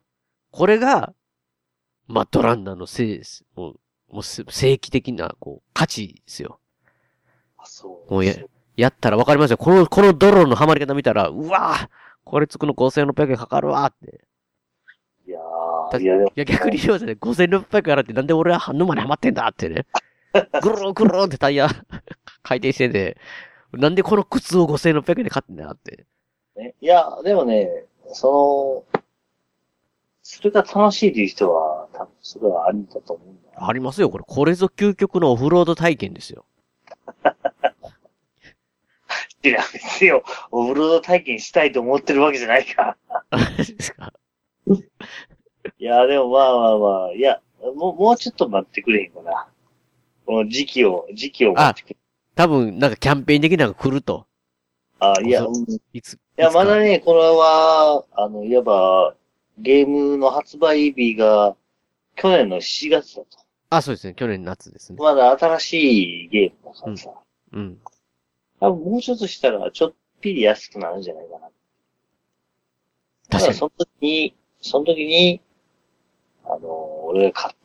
これが、マッドランナーのもう正規的な、こう、価値ですよ。 そう。 もうやったらわかりますよ。この泥のハマり方見たら、うわぁこれつくの5600円かかるわーって。いや、逆に言うとね、5600円払ってなんで俺は沼にハマってんだってね。ぐるーぐるーってタイヤ回転してて、なんでこの靴を5600円で買ってんだって。 いや、でもね、それが楽しいという人は、多分それはありだと思うんだ。 ありますよ、これ。これぞ究極のオフロード体験ですよ。 いや、別にオフロード体験したいと思ってるわけじゃないか。 ですか。 いや、でもまあ、いや、もうちょっと待ってくれへんかな。この時期を待ってくれ。 多分、なんかキャンペーン的なのが来ると。 いや、まだね、これは、いわば、ゲームの発売日が、去年の7月だと。 そうですね、去年夏ですね。 まだ新しいゲームだからさ。多分もうちょっとしたら、ちょっぴり安くなるんじゃないかな。 確かに。 その時に、俺が買って、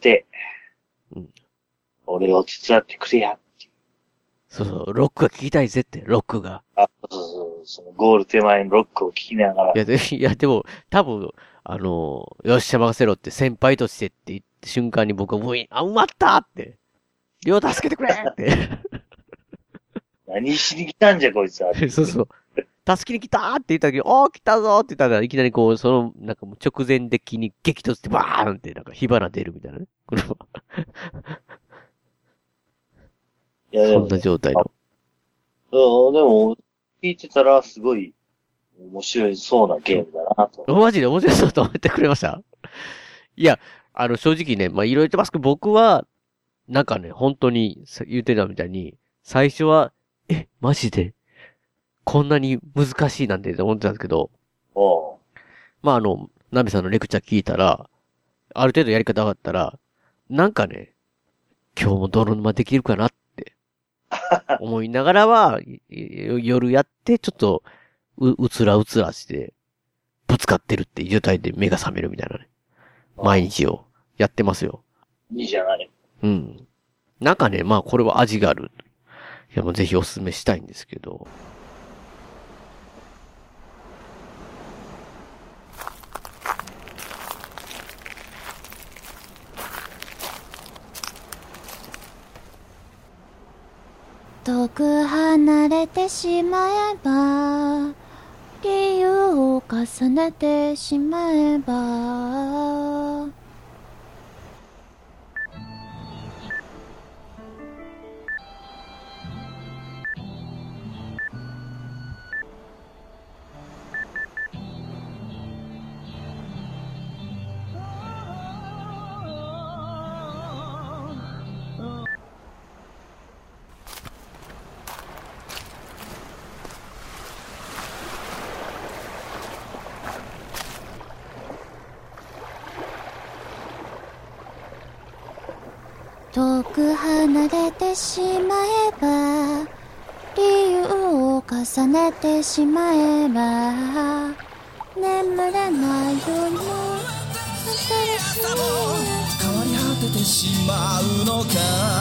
俺を手伝ってくれやっていう。 そう、ロックが聞きたいぜって、ロックが。 そのゴール手前のロックを聞きながら。 いや、でも、多分、よっしゃ任せろって先輩としてって言った瞬間に僕は埋まったって。両助けてくれって。 何しに来たんじゃこいつは。 そう。助けに来たって言った時、来たぞって言ったらいきなりこう、なんかもう直前的に激突してバーンってなんか火花出るみたいなね。いや、そんな状態の。 でも、聞いてたらすごい面白いそうなゲームだなと。 マジで面白そうと思ってくれました？いや、正直ね、いろいろ言ってますけど、僕は、なんかね、本当に言ってたみたいに、最初は、マジでこんなに難しいなんて思ってたんですけど、ナベさんのレクチャー聞いたら、 ある程度やり方分かったら、なんかね、今日も泥沼できるかなって思いながらは、夜やってちょっとうつらして、ぶつかってるっていう状態で目が覚めるみたいなね。毎日をやってますよ。 いいじゃない。 うん。なんかね、まあこれは味がある。いやもうぜひお勧めしたいんですけど。 遠く離れてしまえば、理由を重ねてしまえば、遠く離れてしまえば、理由を重ねてしまえば、眠れない夜も新しい変わり果ててしまうのか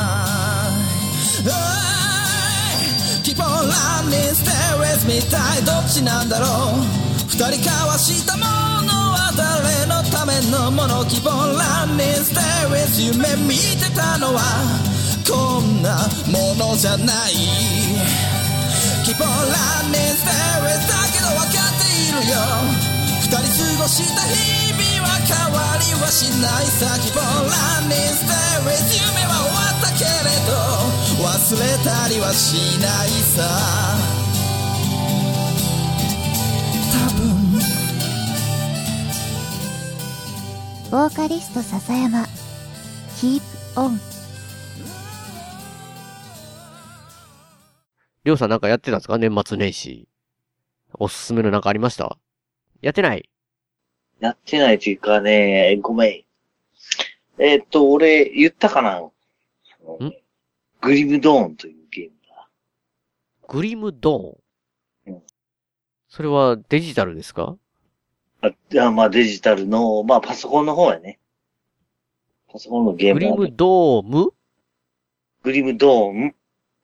い Keep on running, stay with me 一体どっちなんだろう二人交わしたものは誰のためのもの Keep on running, stay with you 夢見てたのはこんなものじゃない Keep on running, stay with だけど分かっているよ二人過ごした日々は変わりはしないさ Keep on running, stay with 夢は終わったけれど忘れたりはしないさ多分ボーカリスト笹山 Keep on りょうさんなんかやってたんですか年末年始。おすすめのなんかありました？やってない？ やってないというかね、ごめん。俺、言ったかなグリムドーンというゲームだ。 グリムドーン、 うん、 それはデジタルですか？ まあデジタルの、まあパソコンの方やね。パソコンのゲーム。 グリムドーム？ グリムドーン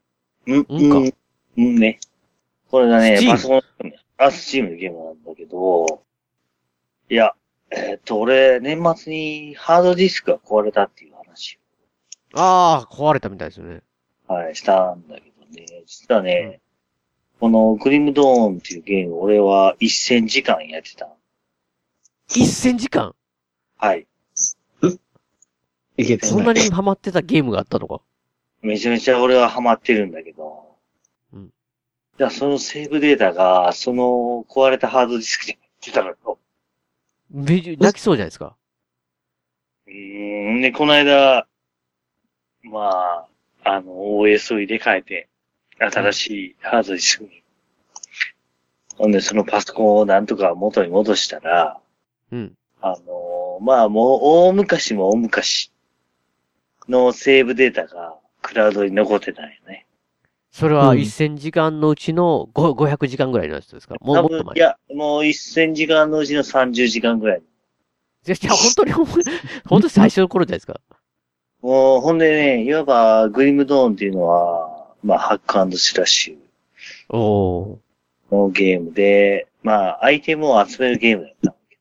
うんね。これがね、 Steam？ パソコン、スチームのゲームなんだけど、いや、俺、年末にハードディスクが壊れたっていう話ああ、壊れたみたいですよね。 はい、したんだけどね、実はね、このグリムドーンっていうゲーム、俺は1000時間やってた。 1000時間？ はい。 いけてそんなにハマってたゲームがあったのか？ めちゃめちゃ俺はハマってるんだけど、じゃあそのセーブデータが、その壊れたハードディスクに入ってたのよ。 泣きそうじゃないですか。 で、この間、まあ、OS を入れ替えて、新しいハードディスクに。ほんで、そのパソコンをなんとか元に戻したら、 うん。 まあ、もう、大昔のセーブデータがクラウドに残ってたんよね。 それは1000時間のうちの500時間ぐらいのやつですか？もっと前。 いや、もう1000時間のうちの30時間ぐらい。 いや、本当に最初の頃じゃないですか。 もう、ほんでね、いわばグリムドーンっていうのは、まあ、ハック&スラッシュのゲームで、まあ、アイテムを集めるゲームだったわけ。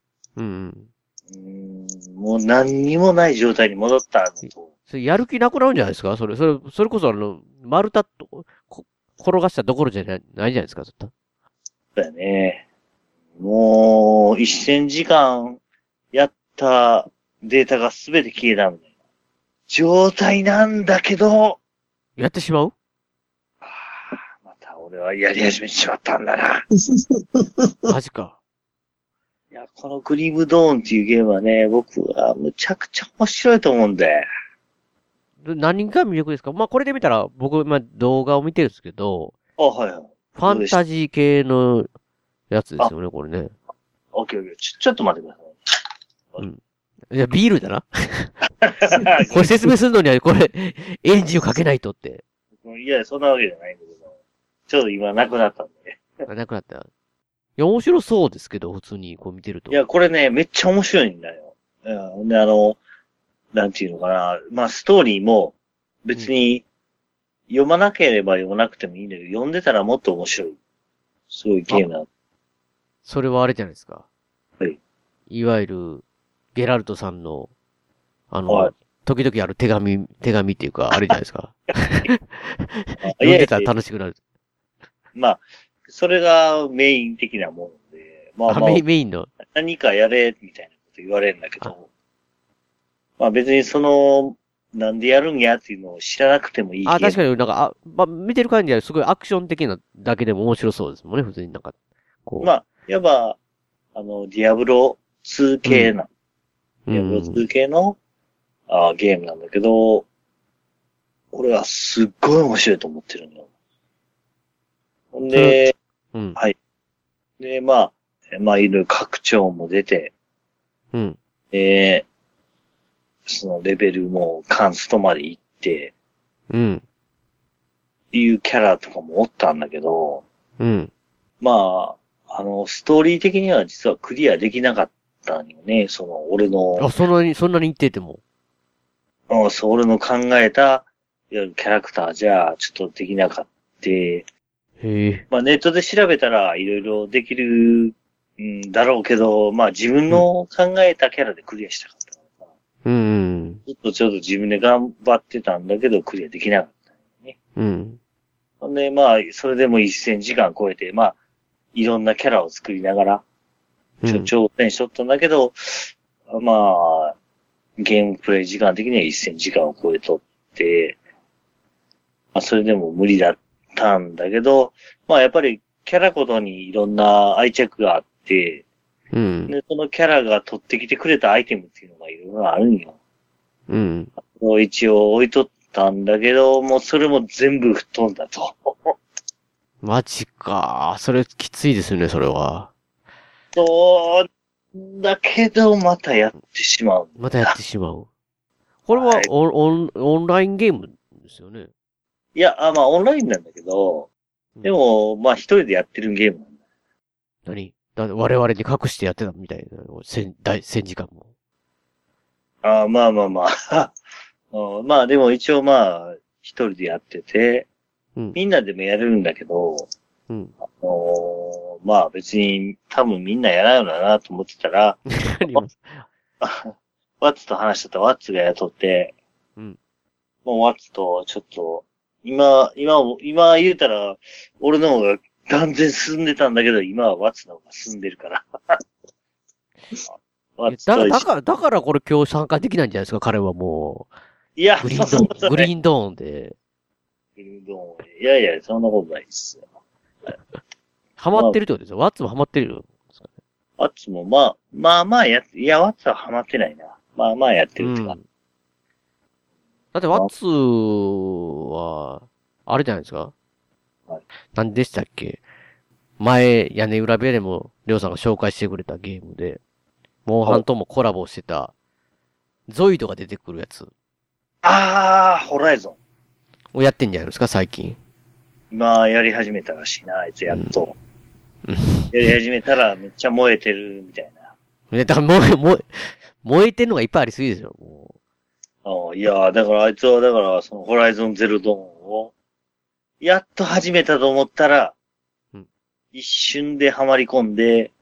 もう何にもない状態に戻ったのと。 それやる気なくなるんじゃないですか？それこそ丸太と、転がしたどころじゃないじゃないですか、ずっと。 そうだね。もう、1000時間やったデータがすべて消えたみたいな状態なんだけど、 やってしまう？ また俺はやり始めてしまったんだな。 マジか。 いや、このグリムドーンっていうゲームはね、僕はむちゃくちゃ面白いと思うんで。 何が魅力ですか？まあ、これで見たら、僕、動画を見てるんですけど、 はいはい。 ファンタジー系のやつですよね、これね。 オッケーオッケー。ちょっと待ってください。 いや、ビールだな。これ説明するのには、これ、エンジンをかけないとって。 いや、そんなわけじゃないんだけど、ちょうど今なくなったんでね。 なくなった。いや、面白そうですけど、普通にこう見てると。 いや、これね、めっちゃ面白いんだよ。うん。で、なんていうのかな。まあ、ストーリーも、別に、読まなければ読まなくてもいいんだけど、読んでたらもっと面白い。そういうゲームな。 それはあれじゃないですか。 はい。 いわゆる、ゲラルトさんの、 はい、 時々ある手紙っていうか、あれじゃないですか。 読んでたら楽しくなる。 まあ、それがメイン的なもので、まあ、 メインの。 何かやれ、みたいなこと言われるんだけど、まあ別になんでやるんやっていうのを知らなくてもいい。 確かに見てる感じはすごいアクション的なだけでも面白そうですもんね、普通になんか、こう。 まあ、いわば、ディアブロ2系な、ディアブロ2系の、ゲームなんだけど、俺はすっごい面白いと思ってるんだよ。ほんで、はい。で、まあ、いる拡張も出て、そのレベルもカンストまで行って、いうキャラとかもおったんだけど、まあ、ストーリー的には実はクリアできなかったんよね、俺の。 そんなに言ってても。 俺の考えた、いわゆるキャラクターじゃ、ちょっとできなかった。まあネットで調べたらいろいろできるんだろうけど、まあ自分の考えたキャラでクリアしたかったから。ちょっと自分で頑張ってたんだけど、クリアできなかったね。ほんで、まあ、それでも1000時間超えて、まあ、いろんなキャラを作りながら、挑戦しとったんだけど、まあ、ゲームプレイ時間的には1000時間を超えとって、まあ、それでも無理だったんだけど、まあ、やっぱりキャラごとにいろんな愛着があって、で、そのキャラが取ってきてくれたアイテムっていうのがいろいろあるんよ。一応置いとったんだけど、もうそれも全部吹っ飛んだと。 マジか。それきついですよね、それは。 そうだけど、またやってしまう。 これはオンラインゲームですよね。 いや、まあオンラインなんだけど、でも、まあ一人でやってるゲームなんだ。 我々に隠してやってたみたいな、1000時間も。 まあまあまあ。まあでも一応まあ、一人でやってて、みんなでもやれるんだけど、まあ別に多分みんなやらんよなと思ってたら、ワッツと話してたワッツが雇って、もうワッツとちょっと、今言うたら、俺の方が断然進んでたんだけど、今はワッツの方が進んでるから。 だからこれ今日参加できないんじゃないですか、彼はもう。 いや、 グリーンドーンで。 いやいや、そんなことないっすよ。 ハマってるってことですよ。ワッツもハマってるワッツもまあワッツはハマってないな。まあまあやってるってか。 だってワッツは、あれじゃないですか。何でしたっけ。前、屋根裏部でも、りょうさんが紹介してくれたゲームで、モンハンともコラボしてた、ゾイドが出てくるやつ。 ホライゾン。をやってんじゃないですか、最近。 今、やり始めたらしいな、あいつやっと。やり始めたらめっちゃ燃えてるみたいな。 だから燃えてるのがいっぱいありすぎですよ、もう。いや、だからあいつは、そのホライゾンゼロドーンを、やっと始めたと思ったら、一瞬でハマり込んで、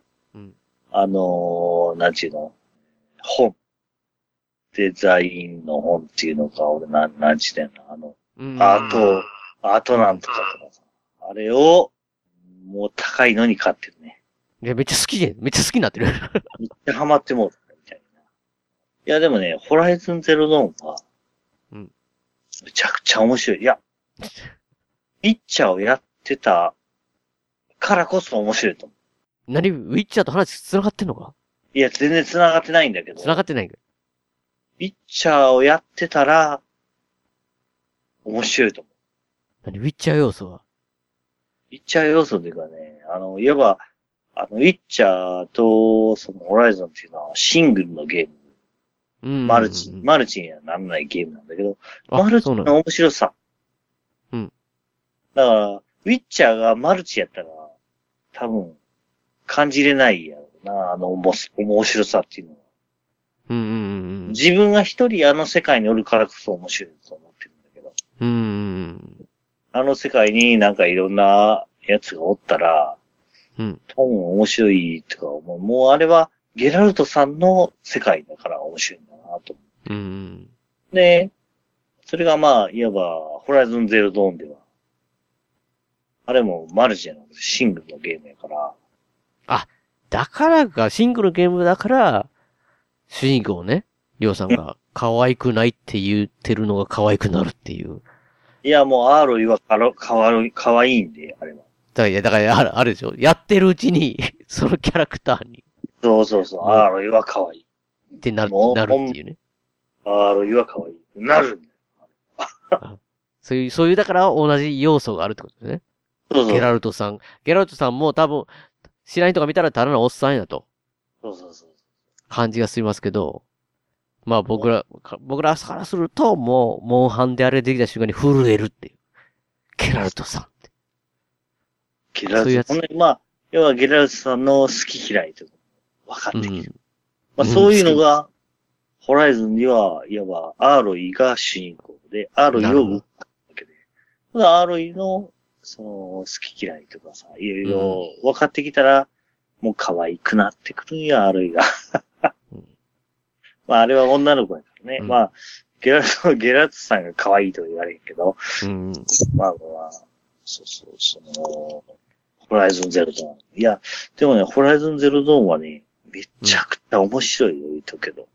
なんちゅうの、本。デザインの本っていうのか、俺なんちゅうの、アートなんとかとかさ。あれを、もう高いのに買ってるね。 いや、めっちゃ好きになってる。 めっちゃハマってもうたみたいな。いや、でもね、ホライズンゼロドーンは、めちゃくちゃ面白い。いや、ピッチャーをやってたからこそ面白いと思う。 ウィッチャーと話繋がってんのか？ いや、全然繋がってないんだけど。 繋がってないんか。 ピッチャーをやってたら、面白いと思う。ウィッチャー要素は？ ウィッチャー要素というかね、いわば、ウィッチャーと、そのホライゾンっていうのはシングルのゲームマルチにはならないゲームなんだけど、 あマルチそうなのの面白さ。 うん。 だから、ウィッチャーがマルチやったら、多分、感じれないやろうな、面白さっていうのは。自分が一人あの世界におるからこそ面白いと思ってるんだけど。あの世界になんかいろんなやつがおったら、多分面白いとか思う。もうあれはゲラルトさんの世界だから面白いんだなと思う。で、それがまあ、いわば、ホライズンゼロドーンでは、あれもマルチじゃなくてシングルのゲームやから。 あ、だからか、シングルゲームだから、主人公ね、りょうさんが可愛くないって言ってるのが可愛くなるっていう。 いや、もうアーロイは可愛いんで、あれは。 だからあるでしょ。やってるうちに、そのキャラクターに。 そう、アーロイは可愛い。 ってなるっていうね。 アーロイは可愛い。なるんだよ。 そういう、だから同じ要素があるってことですね。 そう。 ゲラルトさんも多分、知らない人が見たらただのおっさんやと。 そう。 感じがしますけど、まあ僕らからすると、もう、モンハンであれできた瞬間に震えるっていう。ゲラルトさんって。 ゲラルトさん。まあ、要はゲラルトさんの好き嫌いと分かってきる。まあそういうのが、ホライズンには、いわば、アーロイが主人公で、アーロイを撃ったわけで。ただアーロイの、その、好き嫌いとかさ、いろいろ分かってきたら、もう可愛くなってくるんや、アーロイが。まあ、あれは女の子やからね。まあ、ゲラルトさんが可愛いとは言われんけど。まあ、その、ホライズンゼロドーン。いや、でもね、ホライズンゼロドーンはね、めちゃくちゃ面白いよ、言うとくけど。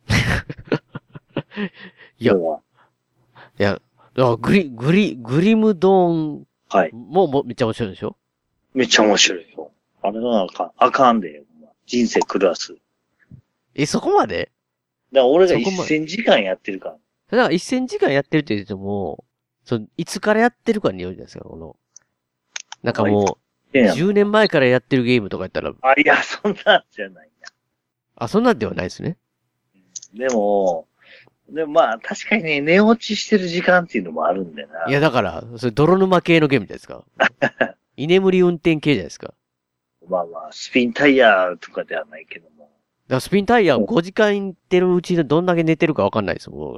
いや、グリムドーン。 はい。 もうめっちゃ面白いでしょ？ めっちゃ面白いよ。あれはあかんで、人生狂わす。 そこまで？ だから俺が1000時間やってるから。 だから1000時間やってるって言っても、いつからやってるかによるじゃないですか、なんかもう、10年前からやってるゲームとかやったら。 いや、そんなんじゃないな。 そんなんではないですね。 でもまあ、確かにね、寝落ちしてる時間っていうのもあるんだよな。 いや、だから、それ泥沼系のゲームじゃないですか。居眠り運転系じゃないですか。 まあ、スピンタイヤとかではないけども。 だからスピンタイヤ5時間行ってるうちでどんだけ寝てるかわかんないですもん。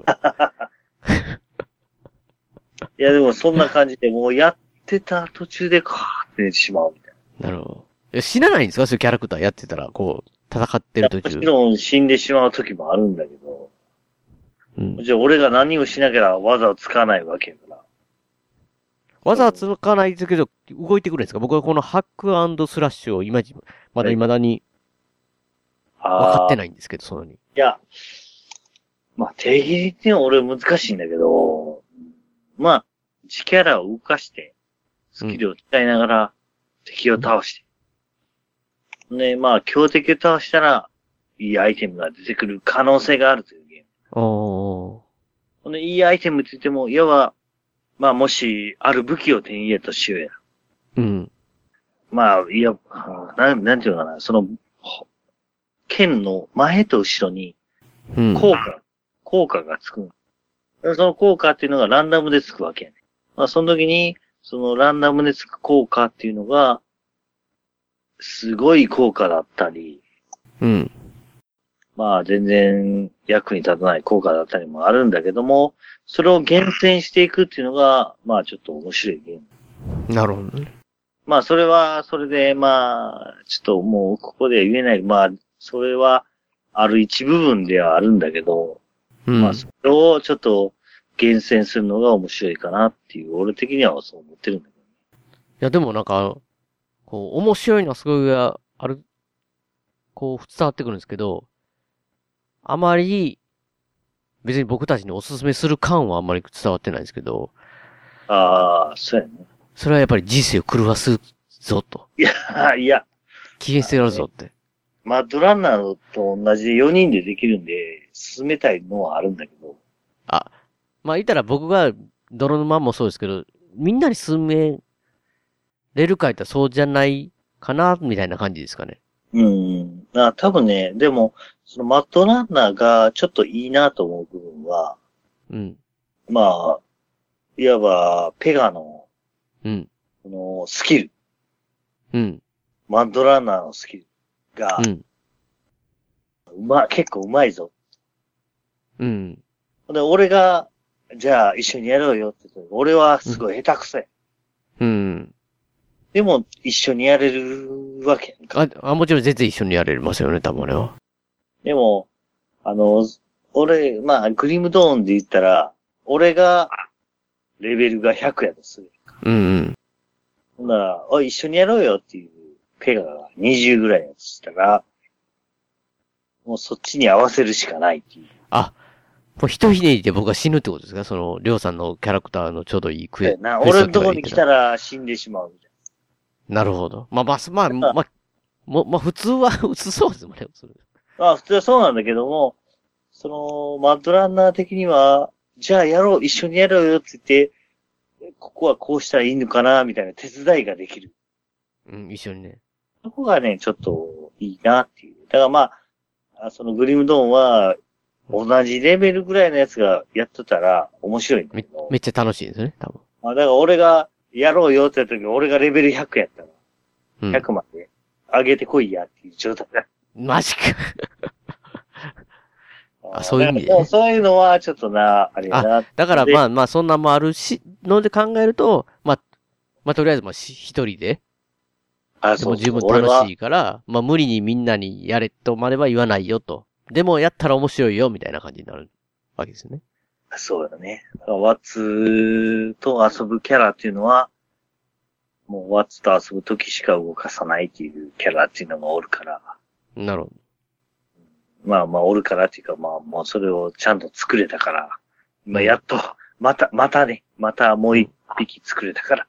いや、でもそんな感じで、もうやってた途中でカーって寝てしまうみたいな。なるほど。死なないんですかそういうキャラクターやってたら、戦ってる途中。 もちろん死んでしまう時もあるんだけど。じゃあ俺が何をしなきゃ技を使わないわけやから。 技は使わないですけど、動いてくるんですか？僕はこのハック&スラッシュを未だに分かってないんですけど、そのに。 いや、まあ定義的には俺難しいんだけど、まあ、自キャラを動かして、スキルを使いながら敵を倒して。で、まあ強敵を倒したら、いいアイテムが出てくる可能性があるというゲーム。このいいアイテムって言っても、いわば、まあもし、ある武器を手に入れたとしようや。まあ、なんていうのかな、その、剣の前と後ろに、効果がつく。その効果っていうのがランダムでつくわけやね。まあその時に、そのランダムでつく効果っていうのが、すごい効果だったり、まあ全然役に立たない効果だったりもあるんだけども、それを厳選していくっていうのが、まあちょっと面白いゲーム。 なるほどね。 まあそれは、それでまあ、ちょっともうここでは言えない。まあ、それはある一部分ではあるんだけど、まあそれをちょっと厳選するのが面白いかなっていう、俺的にはそう思ってるんだけどね。 いやでもなんか、面白いのはすごい伝わってくるんですけど、あまり、別に僕たちにおすすめする感はあんまり伝わってないんですけど。 そうやね。 それはやっぱり人生を狂わすぞと。 いや。 危険性があるぞって。 まあ、ドランナーと同じで4人でできるんで、進めたいのはあるんだけど。 まあ言ったら僕が泥沼もそうですけど、みんなに進めれるか言ったらそうじゃないかな、みたいな感じですかね。 多分ね、でも、そのマッドランナーがちょっといいなと思う部分は、 うん。 まあ、いわば、ペガの、 うん。 このスキル、 うん。 マッドランナーのスキルが、 うん。 結構うまいぞ。 うん。 で、俺が、じゃあ一緒にやろうよって言って、俺はすごい下手くそや。 うん。 でも、一緒にやれるわけやんか。 もちろん全然一緒にやれますよね、多分俺は。 でも、俺、グリムドーンで言ったら、俺が、レベルが100やとする。 うん。 ほんなら、一緒にやろうよっていう、ペガが20ぐらいやとしたら、もうそっちに合わせるしかないっていう。 もう一ひねりで僕は死ぬってことですか？その、りょうさんのキャラクターのちょうどいいクエ俺のところに来たら死んでしまうみたいな。なるほど。普通は、普通そうですもんね。 普通はそうなんだけども、その、マッドランナー的には、じゃあ一緒にやろうよって言って、ここはこうしたらいいのかな、みたいな手伝いができる。 うん、一緒にね。 そこがね、ちょっといいなっていう。だからそのグリムドーンは、同じレベルぐらいのやつがやってたら面白いんだけど。 めっちゃ楽しいですよね、多分。 だから俺がやろうよって言った時に俺がレベル100やったら、100まで上げてこいやっていう状態だ。 マジか。そういう意味で、 そういうのはちょっとあれやな。 だからそんなんもあるし、ので考えると、とりあえず一人で。でも十分楽しいから、無理にみんなにやれとまでは言わないよと。でもやったら面白いよみたいな感じになるわけですよね。そうだね。ワッツと遊ぶキャラっていうのは、もうワッツと遊ぶ時しか動かさないっていうキャラっていうのがおるから。 なるほど。おるからっていうか、もうそれをちゃんと作れたから、今やっと、またもう一匹作れたから。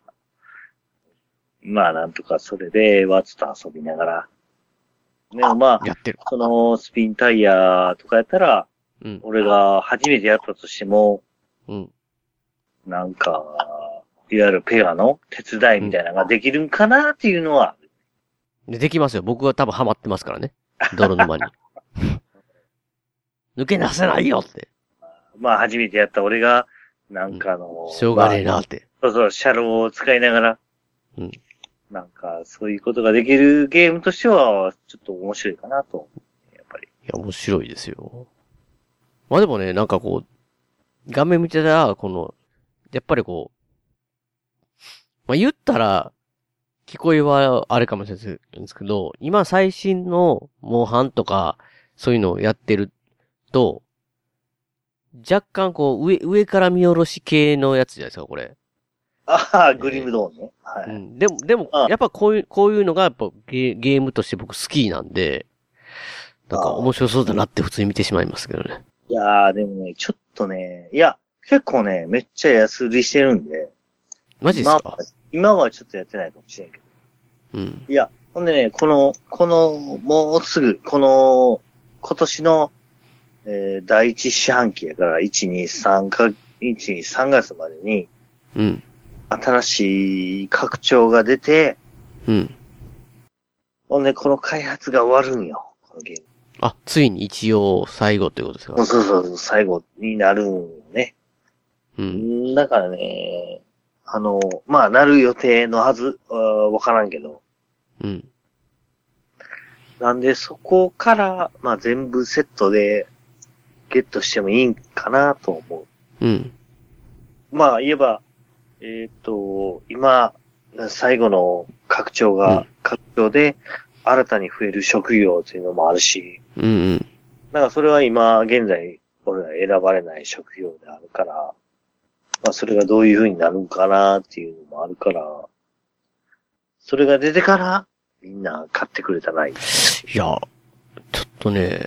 なんとかそれでワッツと遊びながら、でもやってる。 そのスピンタイヤとかやったら、俺が初めてやったとしても、いわゆるペガの手伝いみたいなのができるんかなっていうのは。 できますよ。僕は多分ハマってますからね。泥沼に。抜け出せないよって。 初めてやった俺が、 しょうがねえなって。 そう、シャローを使いながら、そういうことができるゲームとしては、ちょっと面白いかなと。やっぱり。 いや、面白いですよ。でもね、画面見てたら、やっぱり言ったら、聞こえはあれかもしれないんですけど、今最新のモンハンとか、そういうのをやってると、若干上から見下ろし系のやつじゃないですか、これ。 グリムドーンね。はい。 でも、やっぱこういうのがやっぱゲームとして僕好きなんで、面白そうだなって普通に見てしまいますけどね。 いやー、でもね、ちょっとね、結構ね、めっちゃ安売りしてるんで。 マジですか？ 今はちょっとやってないかもしれんけど。いや、ほんでね、もうすぐ、今年の、第一四半期やから、1、2、3月までに、新しい拡張が出て、ほんで、この開発が終わるんよ、このゲーム。 ついに一応最後ということですか？ そう、最後になるんよね。だからね、なる予定のはず、わからんけど。なんで、そこから、全部セットでゲットしてもいいんかなと思う。言えば、今、最後の拡張で、新たに増える職業っていうのもあるし、それは今、現在、俺ら選ばれない職業であるから、それがどういう風になるんかなっていうのもあるから、それが出てから、みんな買ってくれたらいい。いや、 ちょっとね、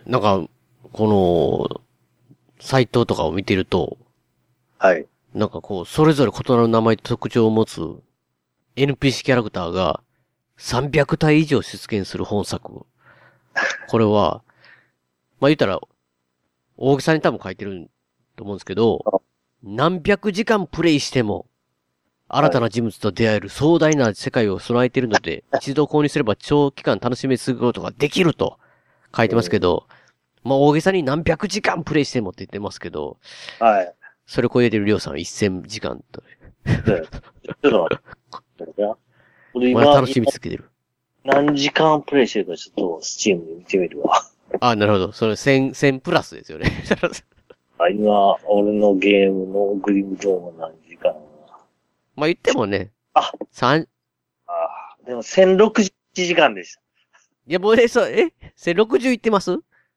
この、サイトとかを見てると、 はい。 それぞれ異なる名前と特徴を持つ NPC キャラクターが300体以上出現する本作。これは、言ったら、大木さんに多分書いてると思うんですけど、何百時間プレイしても新たな人物と出会える壮大な世界を備えているので、一度購入すれば長期間楽しめすることができると書いてますけど、まあ大げさに何百時間プレイしてもって言ってますけど、 はい。 それを超えてるりょうさんは1000時間と。 ちょっと待って。俺今、 まだ楽しみつけてる。 何時間プレイしてるかちょっとスチームで見てみるわ。 あ、なるほど。それ1000プラスですよね。 今、俺のゲームのグリムゾーンは何時間まあ言ってもね。 あ、でも1060時間でした。 いやもうね、1060いってます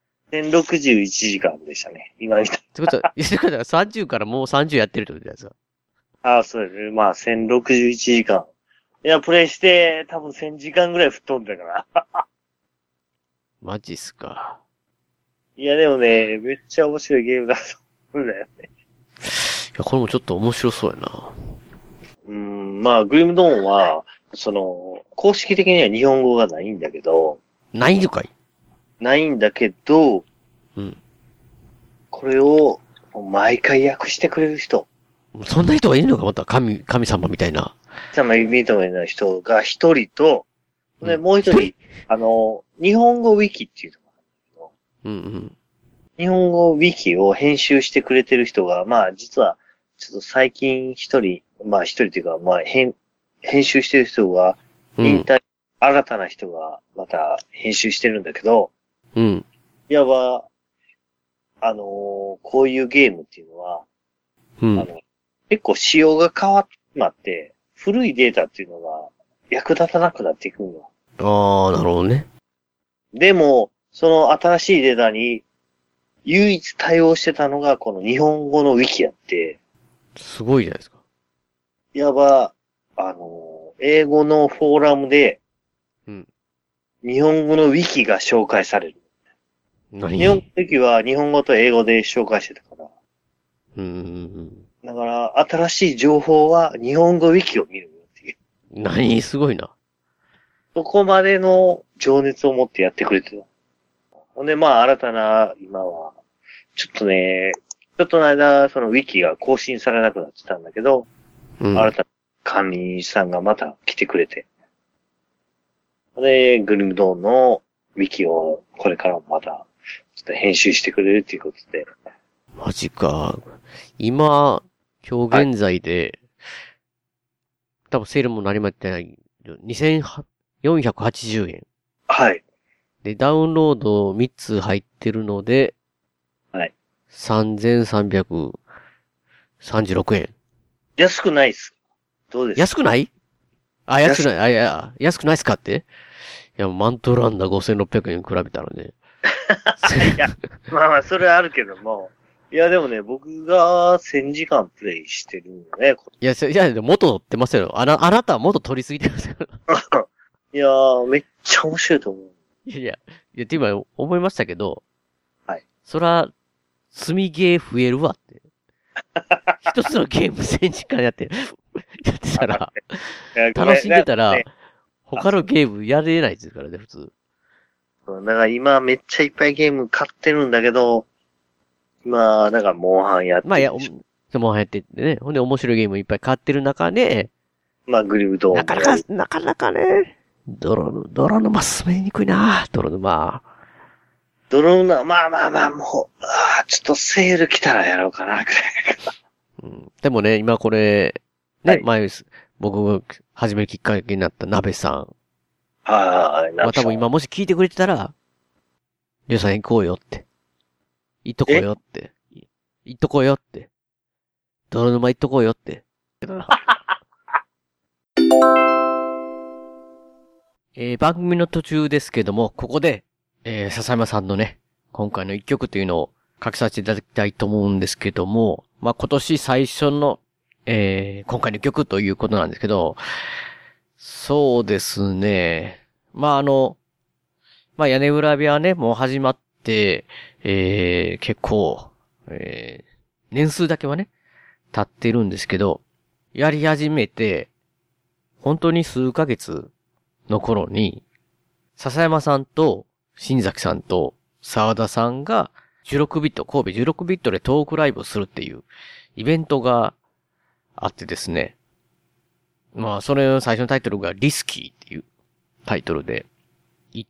?1061 時間でしたね。今見た。 ってことは、30からもう30やってるってことじゃないですか。 あ、そうですね。まあ、1061時間。いや、プレイして、多分1000時間ぐらい吹っ飛んだから。 マジっすか。 いや、でもね、めっちゃ面白いゲームだと思うんだよね。 いや、これもちょっと面白そうやな。 まあ、グリムドーンは、公式的には日本語がないんだけど。 ないのかい？ ないんだけど、 うん。 これを、毎回訳してくれる人。 そんな人がいるのかまた神様みたいな。 神様みたいな人が一人と、で、もう一人、日本語ウィキっていうのがあるんだけど、 うんうん。 日本語ウィキを編集してくれてる人が、まあ実は、ちょっと最近一人っていうか、まあ編集してる人が、新たな人がまた編集してるんだけど、 うん。 いわば、こういうゲームっていうのは、 うん。 結構仕様が変わってまって、古いデータっていうのが役立たなくなっていくんよ。 ああ、なるほどね。 でも、その新しいデータに唯一対応してたのがこの日本語のウィキやって、 すごいじゃないですか。 いわば、英語のフォーラムで、 うん。 日本語のウィキが紹介される。 何？ 日本語のウィキは日本語と英語で紹介してたから。だから、新しい情報は日本語ウィキを見るっていう。 何？すごいな。 そこまでの情熱を持ってやってくれてた。ほんで、まあ、新たな、今は、ちょっとの間、そのウィキが更新されなくなってたんだけど、 うん。 新たな管理さんがまた来てくれて。で、グリムドーンのウィキをこれからもまた、ちょっと編集してくれるっていうことで。 マジか。今日現在で、多分セールも何もやってない。2480円。 はい。 で、ダウンロード3つ入ってるので、 はい。 3336円。 安くないっす。どうですか？ 安くない？あ、安くない。あ、いや、安くないっすかって？いや、マントランダ5600円比べたらね。 いや、まあまあ、それはあるけども。いや、でもね、僕が1000時間プレイしてるんよね。 いや、元取ってますよ。あなたは元取りすぎてますよ。 いやー、めっちゃ面白いと思う。 いや、って今思いましたけど。 はい。 そら、積みゲー増えるわって。一つのゲーム1000時間やってたら、楽しんでたら、他のゲームやれないですからね、普通。 だから今めっちゃいっぱいゲーム買ってるんだけど、今、だからモンハンやってる。 まあモンハンやってってね。ほんで面白いゲームいっぱい買ってる中で、 まあグリムドーン。 なかなかね、泥沼進めにくいな泥沼、まあもう、ちょっとセール来たらやろうかな、くらい。 うん。でもね、今これ、ね、 はい、 前、僕が始めるきっかけになった鍋さん。 はい、 まあ多分今もし聞いてくれてたら、りょうさん行こうよって。行っとこうよって。行っとこうよって。泥沼行っとこうよって。番組の途中ですけども、ここで、笹山さんのね、今回の一曲というのを書きさせていただきたいと思うんですけども、まあ、今年最初の、今回の曲ということなんですけど、そうですね。まあ、まあ、屋根裏部屋ね、もう始まって、結構、年数だけはね、経ってるんですけど、やり始めて、本当に数ヶ月の頃に、笹山さんと新崎さんと沢田さんが16ビット、神戸16ビットでトークライブをするっていうイベントがあってですね。 まあ、それの最初のタイトルがリスキーっていうタイトルで行って、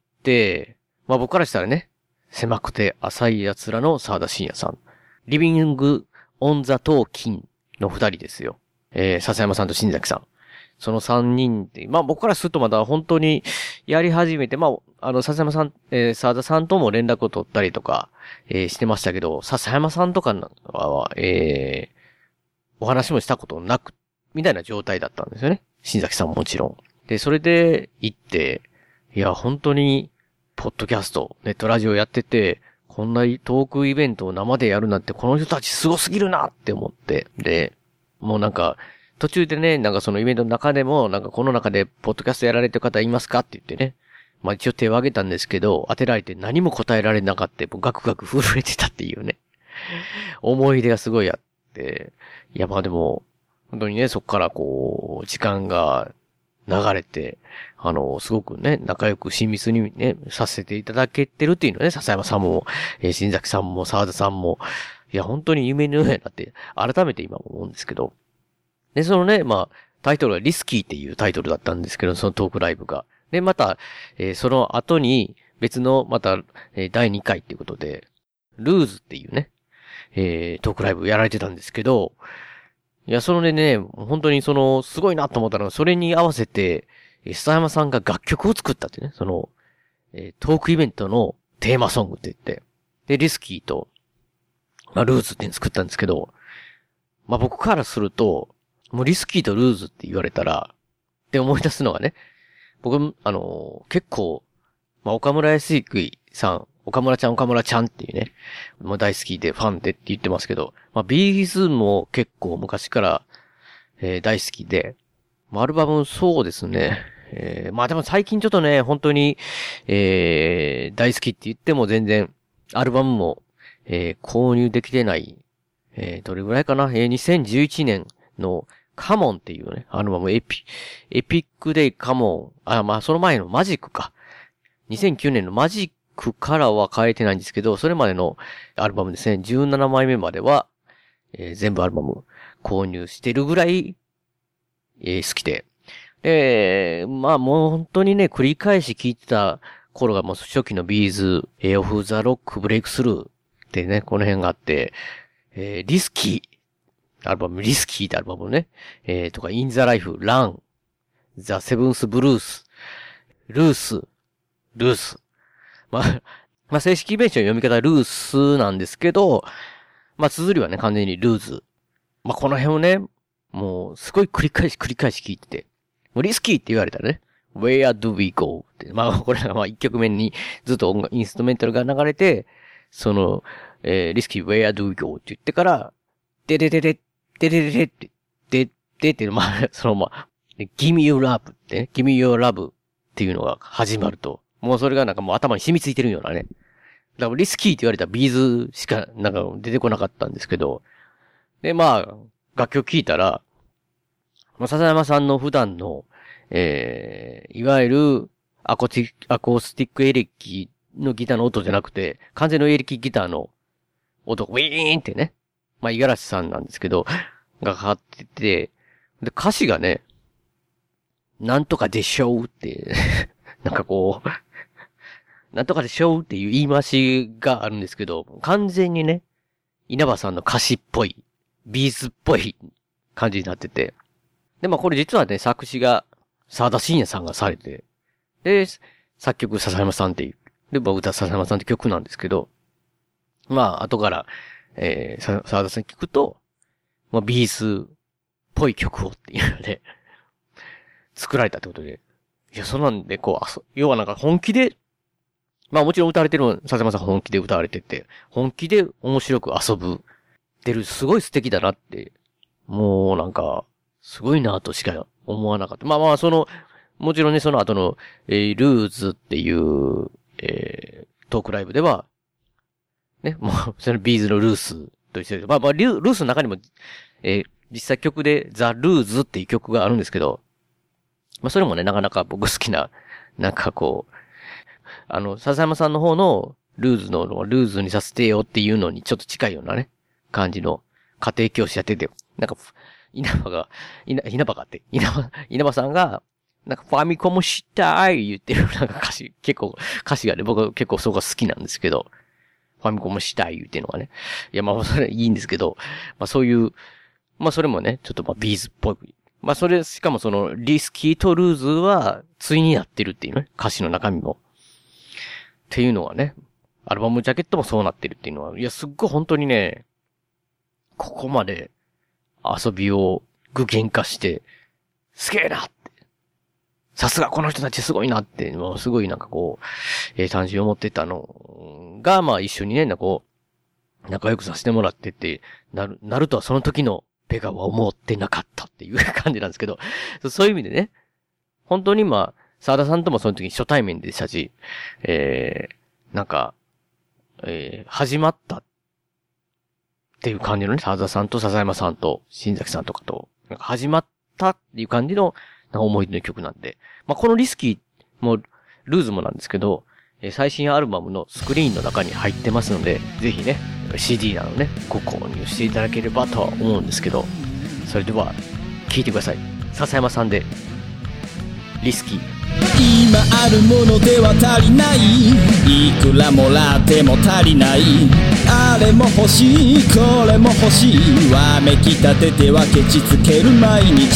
まあ僕からしたらね、狭くて浅い奴らの沢田信也さん。リビング・オン・ザ・トーキンの二人ですよ。笹山さんと新崎さん。その三人で、まあ僕からするとまだ本当にやり始めて、まあ、笹山さん、沢田さんとも連絡を取ったりとか、してましたけど、笹山さんとかは、お話もしたことなく、みたいな状態だったんですよね。新崎さんももちろん。で、それで行って、いや、本当に、ポッドキャスト、ネットラジオやってて、こんなトークイベントを生でやるなんて、この人たちすごすぎるなって思って、で、もうなんか、途中でね、なんかそのイベントの中でも、なんかこの中で、ポッドキャストやられてる方いますかって言ってね、まあ一応手を挙げたんですけど、当てられて何も答えられなかった、ガクガク震えてたっていうね、思い出がすごいあって、いやまあでも、本当にね、そこからこう、時間が流れて、すごくね、仲良く親密にね、させていただけてるっていうのね、笹山さんも、新崎さんも、沢田さんも、いや、本当に夢のようやなって、改めて今思うんですけど。で、そのね、まあ、タイトルはリスキーっていうタイトルだったんですけど、そのトークライブが。で、また、その後に、別の、また、第2回っていうことで、ルーズっていうね、トークライブやられてたんですけど、いや、そのね、本当にすごいなと思ったのが、それに合わせて、笹山さんが楽曲を作ったってね、トークイベントのテーマソングって言って、で、リスキーと、まあ、ルーズって作ったんですけど、まあ、僕からすると、もうリスキーとルーズって言われたら、って思い出すのがね、僕、結構、まあ、岡村康之さん、岡村ちゃんっていうね、もう大好きでファンでって言ってますけど、まあ、ビーズも結構昔から、大好きで、まあ、アルバムそうですね、まあでも最近ちょっとね、本当に、大好きって言っても全然、アルバムも、購入できてない、どれぐらいかな、2011年のカモンっていうね、アルバムエピックデイカモン、まあその前のマジックか。2009年のマジックからは変えてないんですけど、それまでのアルバムですね、17枚目までは、全部アルバム購入してるぐらい、好きで。で、まあもう本当にね、繰り返し聴いてた頃がもう初期のビーズ、オフ・ザ・ロック・ブレイクスルーってね、この辺があって、リスキー、アルバム、リスキーってアルバムね、とか、イン・ザ・ライフ、ラン、ザ・セブンス・ブルース、ルース。まあ正式名称の読み方はルースなんですけど、まあ綴りはね、完全にルーズ。まあこの辺をね、もう、すごい繰り返し聞いてて、もうリスキーって言われたらね、Where do we go? って、まあこれはまあ1曲目にずっとインストゥルメンタルが流れて、リスキー Where do we go? って言ってから、でででで、ででででで、ででで、まあ、Give me your love ってね、Give me your love っていうのが始まると、もうそれがなんかもう頭に染みついてるようなね。だからリスキーって言われたらビーズしかなんか出てこなかったんですけど、で、まあ、楽曲聴いたら、笹山さんの普段の、いわゆるアコースティックエレキのギターの音じゃなくて、完全のエレキギターの音、ウィーンってね、まあ、五十嵐さんなんですけど、がかかってて、で、歌詞がね、なんとかでしょうって、なんかこう、なんとかでしょうっていう言い回しがあるんですけど、完全にね、稲葉さんの歌詞っぽい、ビーズっぽい感じになってて。で、まあこれ実はね、作詞が沢田信也さんがされて、で、作曲笹山さんっていう、で、まあ歌笹山さんって曲なんですけど、まあ後から、沢田さん聞くと、まあビーズっぽい曲をっていうので、作られたってことで、いや、そんなんでこう、要はなんか本気で、まあもちろん歌われてる笹山さん本気で歌われてて、本気で面白く遊ぶってる、すごい素敵だなって、もうなんか、すごいなとしか思わなかった。まあまあもちろんね、その後の、ルーズっていう、トークライブでは、ね、もう、そのビーズのルースと一緒で、まあルースの中にも、実際曲でザ・ルーズっていう曲があるんですけど、まあそれもね、なかなか僕好きな、なんかこう、笹山さんの方のルーズにさせてよっていうのにちょっと近いようなね、感じの家庭教師やってて、なんか、 稲葉さんが、なんかファミコンもしたい言ってるなんか歌詞がね、僕は結構そこが好きなんですけど、ファミコンもしたい言ってるのがね。いや、まあそれいいんですけど、まあそういう、まあそれもね、ちょっとまあビーズっぽい。まあそれ、しかもその、リスキーとルーズは、対になってるっていうね、歌詞の中身も。っていうのはね、アルバムジャケットもそうなってるっていうのは、いや、すっごい本当にね、ここまで遊びを具現化して、すげえなって。さすがこの人たちすごいなって、もうすごいなんかこう、単純を持ってたのが、まあ一緒にね、仲良くさせてもらってて、なるとはその時のペガは思ってなかったっていう感じなんですけど、そういう意味でね、本当にまあ、沢田さんともその時に初対面でしたし、始まったっていう感じのね、沢田さんと笹山さんと新崎さんとかと、なんか始まったっていう感じの思い出の曲なんで、まあこのリスキーもルーズもなんですけど、最新アルバムのスクリーンの中に入ってますので、ぜひね、CD なのね、ご購入していただければとは思うんですけど、それでは、聴いてください。笹山さんで、リスキー。 今あるものでは足りない、いくらもらっても足りない、あれも欲しいこれも欲しい、わめきたててはケチつける毎日、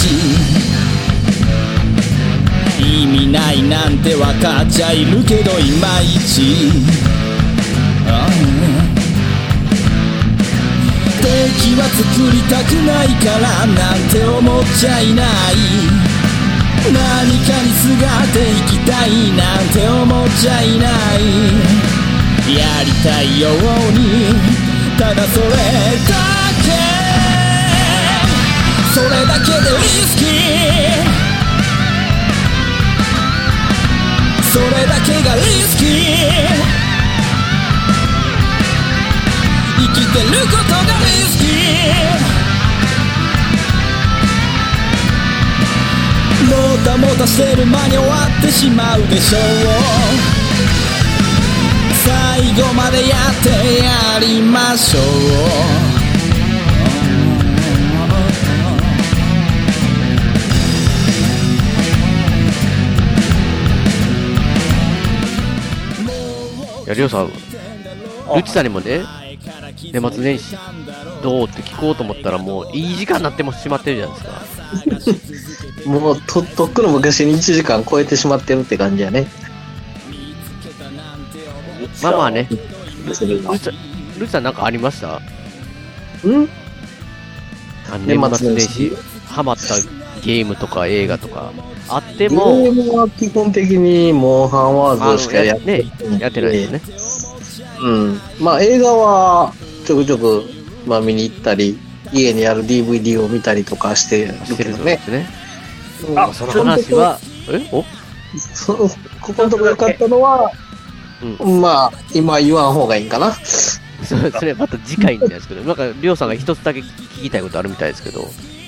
意味ないなんてわかっちゃいるけどいまいち、敵は作りたくないからなんて思っちゃいない、何かにすがっていきたいなんて思っちゃいない、やりたいようにただそれだけ、それだけでリスキー、それだけがリスキー、生きてることがリスキー、もたもたしてる間に終わってしまうでしょう、最後までやってやりましょう。 いや、りょうさん、ルチさんにもね、年末年始どうって聞こうと思ったらもういい時間になってもしまってるじゃないですか。 もうとっくの昔に1時間超えてしまってるって感じやね。 まあまあね。ルチさんなんかありました？年末年始ハマったゲームとか映画とかあっても、 ゲームは基本的にモンハンワールドしかやってない、 やってないですね。 まあ映画はちょくちょく、まあ見に行ったり、家にある DVD を見たりとかしてるけどね。 その話は、 ここのとこ良かったのは、まあ今言わん方がいいんかな。 それまた次回なんですけど、なんかりょうさんが一つだけ聞きたいことあるみたいですけど。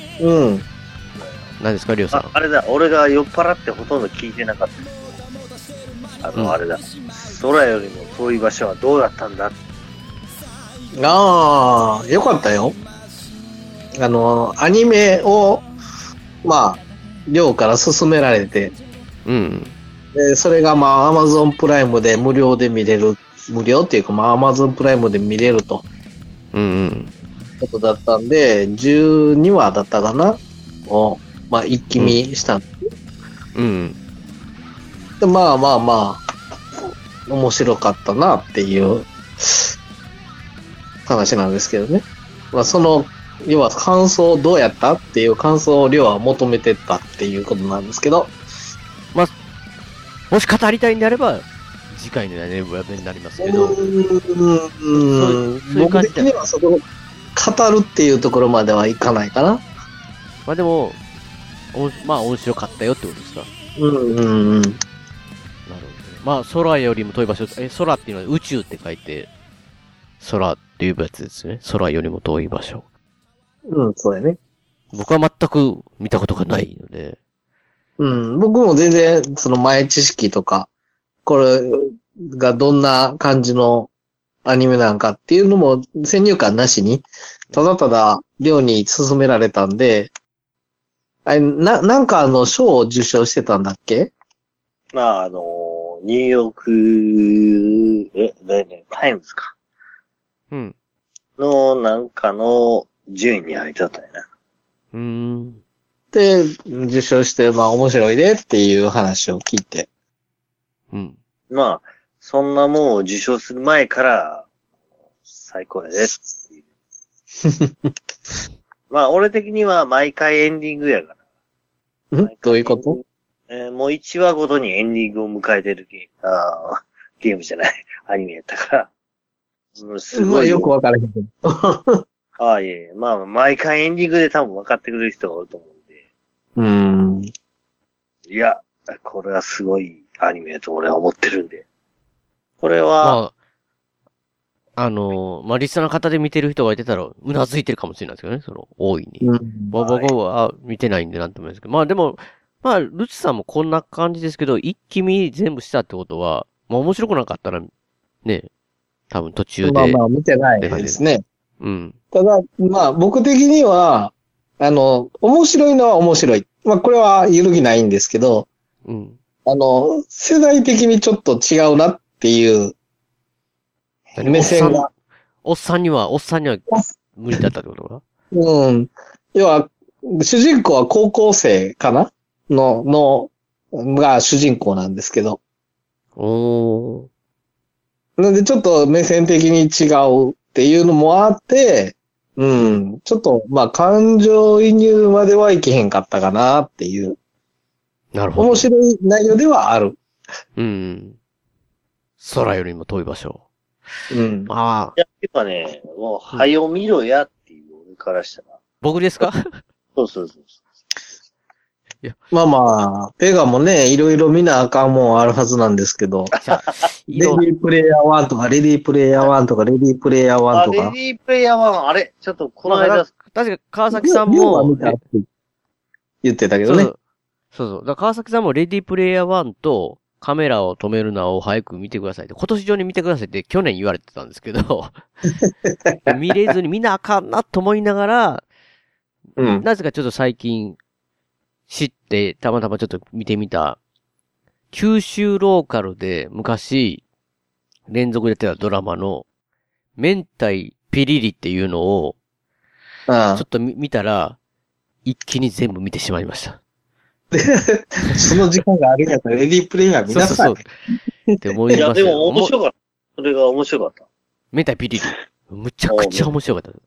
何ですか、りょうさん。 あれだ、俺が酔っ払ってほとんど聞いてなかった。あれだ。空よりも遠い場所はどうだったんだ。 ああ、よかったよ。アニメを、まあ、りょうから勧められて。で、それがまあ、Amazon プライムで無料で見れる。無料っていうか、まあ、Amazon プライムで見れると。ことだったんで、12話だったかなを、まあ、一気見したんで。で、まあまあまあ、面白かったなっていう話なんですけどね。まあ、要は感想どうやったっていう感想を量は求めてたっていうことなんですけど。 まあ、もし語りたいんであれば、次回のね、ウェブになりますけど。 僕的にはそこを語るっていうところまではいかないかな。 まあでも、まあ面白かったよってことですか。なるほどね。まあ空よりも遠い場所、空っていうのは宇宙って書いて、空っていうやつですね。空よりも遠い場所。 そうやね。 僕は全く見たことがないので。 僕も全然その前知識とか、これがどんな感じのアニメなんかっていうのも先入観なしに、ただただ寮に勧められたんで、なんか賞を受賞してたんだっけ？ まあ、ニューヨーク、タイムズか。 うん。 の、なんかの順位に入ってたんやな。 で、受賞して、まあ面白いでっていう話を聞いて。 うん。 まあ、そんなもんを受賞する前から、最高やでっていう。まあ、俺的には毎回エンディングやから。 どういうこと？ もう1話ごとにエンディングを迎えてるゲームじゃない、アニメやったから。すごい。 よくわからへんけど。 ああ、いえ、まあ、毎回エンディングで多分分かってくれる人がおると思うんで。いや、これはすごいアニメだと俺は思ってるんで。これは、 まあ、リスナーの方で見てる人がいてたら、うなずいてるかもしれないですけどね、大いに。僕は見てないんでなんとも言うんですけど。まあでも、まあ、ルチさんもこんな感じですけど、一気見全部したってことは、まあ面白くなかったら、ね、多分途中で。 まあ見てないですね。 うん。 ただ、まあ僕的には、面白いのは面白い。まあこれは揺るぎないんですけど、 うん。 世代的にちょっと違うなっていう、目線が。 おっさんには無理だったってことか？ うん。要は、主人公は高校生かなが主人公なんですけど。なんでちょっと目線的に違うっていうのもあって、ちょっと、まあ、感情移入まではいけへんかったかなっていう。 なるほど。 面白い内容ではある。 空よりも遠い場所。 まあ。いや、てかね、もう、はよ見ろやっていう俺からしたら。 僕ですか？ そう。 いやまあ、ペガもね、いろいろ見なあかんもんあるはずなんですけど。レディープレイヤー1とか、レディープレイヤー1とか、レディープレイヤー1とか。 レディープレイヤー1、あれちょっとこの間。 確か川崎さんも、 言ってたけどね。 そう。だから川崎さんもレディープレイヤー1とカメラを止めるなを早く見てくださいって、今年中に見てくださいって去年言われてたんですけど、見れずに見なあかんなと思いながら、なぜかちょっと最近知って、たまたまちょっと見てみた、九州ローカルで昔連続でやってたドラマの明太ピリリっていうのを、ちょっと見たら、一気に全部見てしまいました。 その時間があるんやったらレディープレイヤー見なさい。 って思いました。いや、 でも面白かった。それが面白かった。 明太ピリリ。むちゃくちゃ面白かった。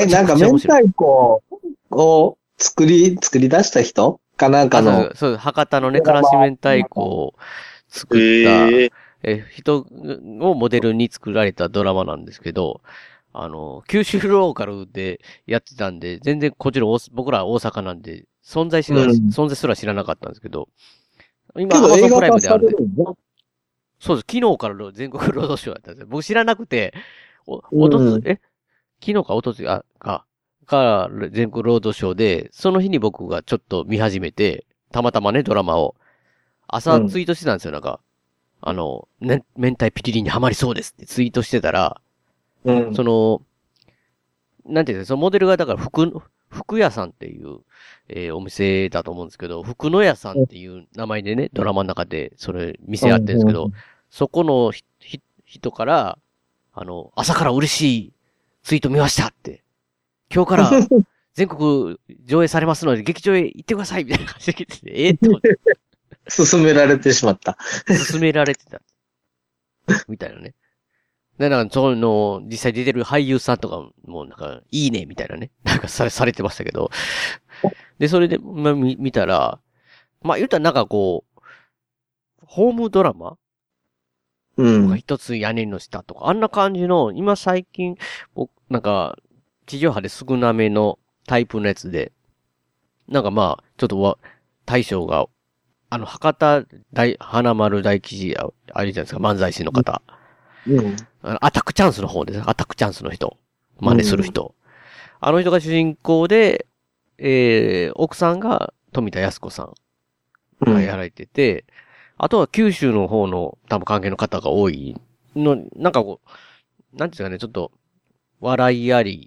なんか明太子を作り出した人かなんかの。 そう、博多のね、からし明太子を作った、人をモデルに作られたドラマなんですけど、九州ローカルでやってたんで、全然こちら僕ら大阪なんで、存在すら知らなかったんですけど、今、アマゾンプライムであるんで。そうです。昨日から全国ロードショーやったんですよ。僕知らなくて、昨日かおとつい、から全国ロードショーで、その日に僕がちょっと見始めて、たまたまね、ドラマを、朝ツイートしてたんですよ、なんか。明太ピリリにハマりそうですってツイートしてたら、なんていうんですか、そのモデルがだから福屋さんっていう、お店だと思うんですけど、福野屋さんっていう名前でね、ドラマの中でそれ店あってるんですけど、そこの人から、朝から嬉しいツイート見ましたって。今日から全国上映されますので劇場へ行ってくださいみたいな感じで来てて、って勧められてしまった。 勧められてた。みたいなね。で、なんか、実際出てる俳優さんとかも、なんか、いいね、みたいなね。なんか、されてましたけど。で、それで、見たら、言ったらなんかこう、ホームドラマ一つ屋根の下とか、あんな感じの、今最近、なんか、地上波で少なめのタイプのやつで、なんかちょっと大将が、博多花丸大吉あれじゃないですか、漫才師の方。アタックチャンスの方です。アタックチャンスの人。真似する人。あの人が主人公で、奥さんが富田靖子さんがやられてて、あとは九州の方の多分関係の方が多いの、なんかこう、なんていうんですかね、ちょっと、笑いあり、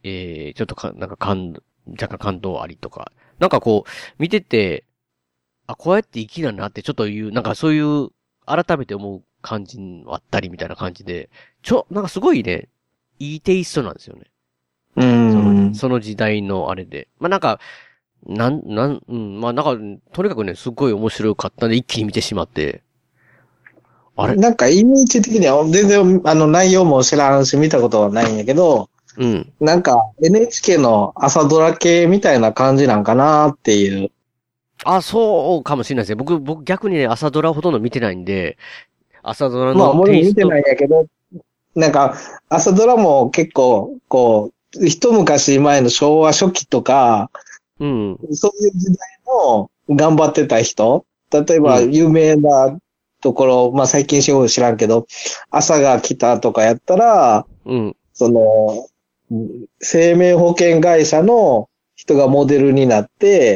ちょっとなんか若干感動ありとか、なんかこう、見てて、あ、こうやって生きななってちょっとなんかそういう、改めて思う感じあったりみたいな感じで、なんかすごいね、いいテイストなんですよね。その時代のあれで。まあ、なんか、まあ、なんか、とにかくね、すごい面白かったんで、一気に見てしまって。あれなんかイメージ的には全然内容も知らんし見たことはないんやけど、 うん。 なんか NHK の朝ドラ系みたいな感じなんかなっていう。 あ、そうかもしれないですね。僕逆にね、朝ドラほとんど見てないんで、朝ドラの俺テイスト。 も見てないんやけど、なんか朝ドラも結構、こう、一昔前の昭和初期とか、 うん。 そういう時代の頑張ってた人、例えば有名なところ、まあ最近知らんけど、朝が来たとかやったら、 うん。 生命保険会社の人がモデルになって、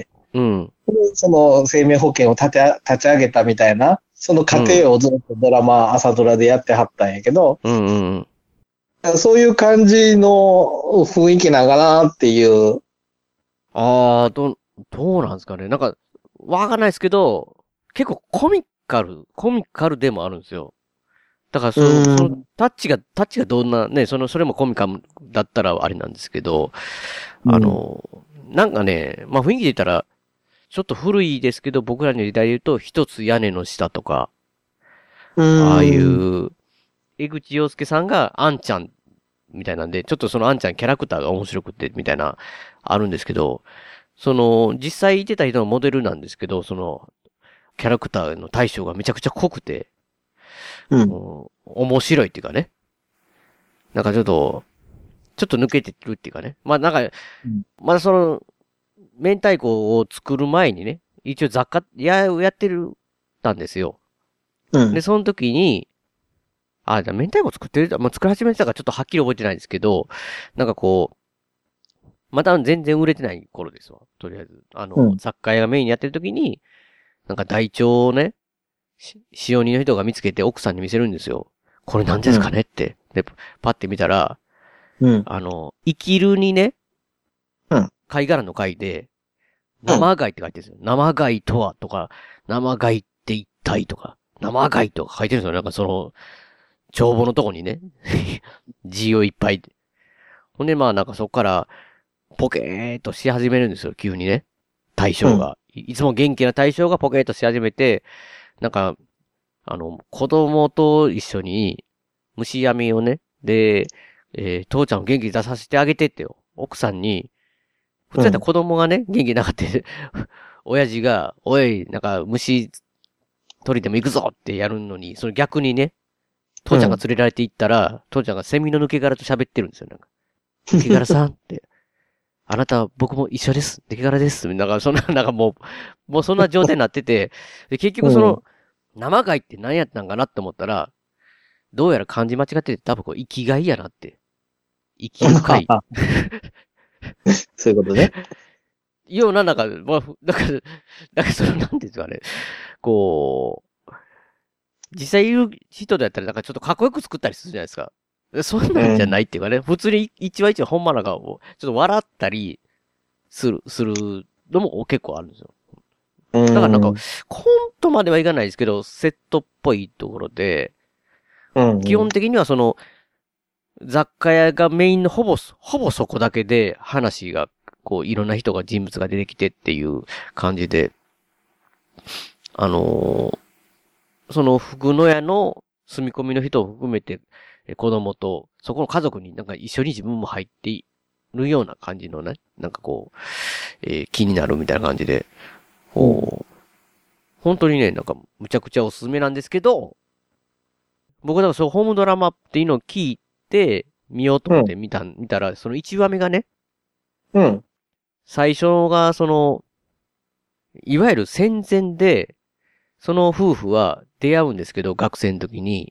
うん。 その生命保険を立ち上げたみたいな、その過程をずっと朝ドラでやってはったんやけど、そういう感じの雰囲気なんかなっていう。 ああ、どうなんですかね。なんか、わかんないですけど、結構コミカルでもあるんですよ。だからそのタッチがどんな、ね、それもコミカルだったらあれなんですけど、なんかね、まあ雰囲気で言ったら、ちょっと古いですけど、僕らの時代で言うと、一つ屋根の下とか、ああいう、江口洋介さんがあんちゃんみたいなんで、ちょっとそのあんちゃんキャラクターが面白くて、みたいな、あるんですけど、実際いてた人のモデルなんですけど、キャラクターの対象がめちゃくちゃ濃くて、面白いっていうかね。なんかちょっと抜けてるっていうかね。まあなんか、まだ明太子を作る前にね、一応雑貨やってたんですよ。で、その時に、じゃあ明太子作り始めてたからちょっとはっきり覚えてないんですけど、なんかこう、まだ全然売れてない頃ですわ。とりあえず。雑貨屋がメインにやってる時に、なんか台帳をね、使用人の人が見つけて奥さんに見せるんですよ。これ何ですかねって。で、パッて見たら、生きるにね、貝殻の貝で、生貝って書いてるんですよ。生貝とはとか、生貝って一体とか、生貝とか書いてるんですよ。なんか帳簿のとこにね、字をいっぱい。ほんでまあなんかそっから、ポケーっとし始めるんですよ、急にね。対象が。いつも元気な対象がポケーっとし始めて、なんか、子供と一緒に、虫網をね、で、父ちゃんを元気に出させてあげてってよ。奥さんに、普通やったら子供がね、元気なかった親父が、おい、なんか虫取りでも行くぞってやるのに、その逆にね、父ちゃんが連れられて行ったら、父ちゃんがセミの抜け殻と喋ってるんですよ、なんか。抜け殻さんって。あなた、僕も一緒です。抜け殻です。なんか、なんかもうそんな状態になってて、で、結局生貝って何やったんかなって思ったら、どうやら漢字間違ってて、多分生きがいやなって。生きる貝。 そういうことね。 ような、なんか、まあ、なんかなんていうんですかね。こう、実際いる人だったら、なんかちょっとかっこよく作ったりするじゃないですか。そんなんじゃないっていうかね、普通に一話一話ほんまなんかを、ちょっと笑ったりするのも結構あるんですよ。だからなんか、コントまではいかないですけど、セットっぽいところで、基本的には雑貨屋がメインのほぼそこだけで話が、こう、いろんな人人物が出てきてっていう感じで、福野屋の住み込みの人を含めて、子供と、そこの家族になんか一緒に自分も入っているような感じのね、なんかこう、気になるみたいな感じで、本当にね、なんかむちゃくちゃおすすめなんですけど、僕だからホームドラマっていうのを聞いて、見ようと思って見たら、その1話目がね、最初がいわゆる戦前で、その夫婦は出会うんですけど、学生の時に、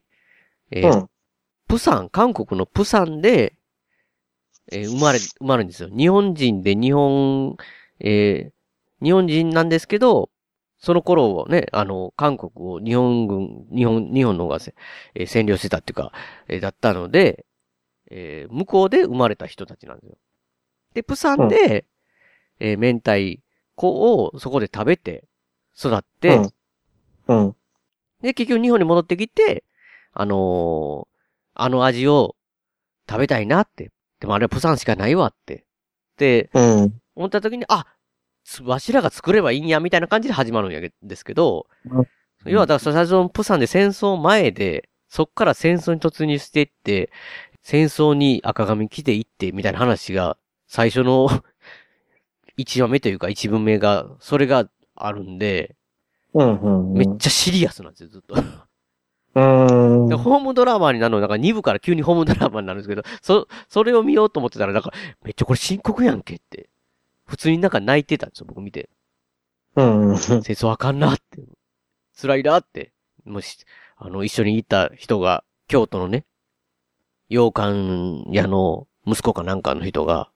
韓国のプサンで、生まれるんですよ。日本人で日本人なんですけど、その頃ね、韓国を日本の方が占領してたっていうか、だったので、向こうで生まれた人たちなんですよ。 で、プサンで、明太子をそこで食べて、育って、で、結局日本に戻ってきて、あの味を食べたいなって。でもあれはプサンしかないわって。で、思った時に、わしらが作ればいいんや、みたいな感じで始まるんですけど、要は、だから最初プサンで戦争前で、そっから戦争に突入していって、戦争に赤髪着ていって、みたいな話が、最初の1話目というか1文目が、それがあるんで、めっちゃシリアスなんですよ、ずっと。でホームドラマになるの、なんか2部から急にホームドラマになるんですけど、それを見ようと思ってたら、なんか、めっちゃこれ深刻やんけって。普通になんか泣いてたんですよ、僕見て。戦争あかんなって。辛いなって。もし、一緒に行った人が、京都のね、洋館屋の息子かなんかの人が、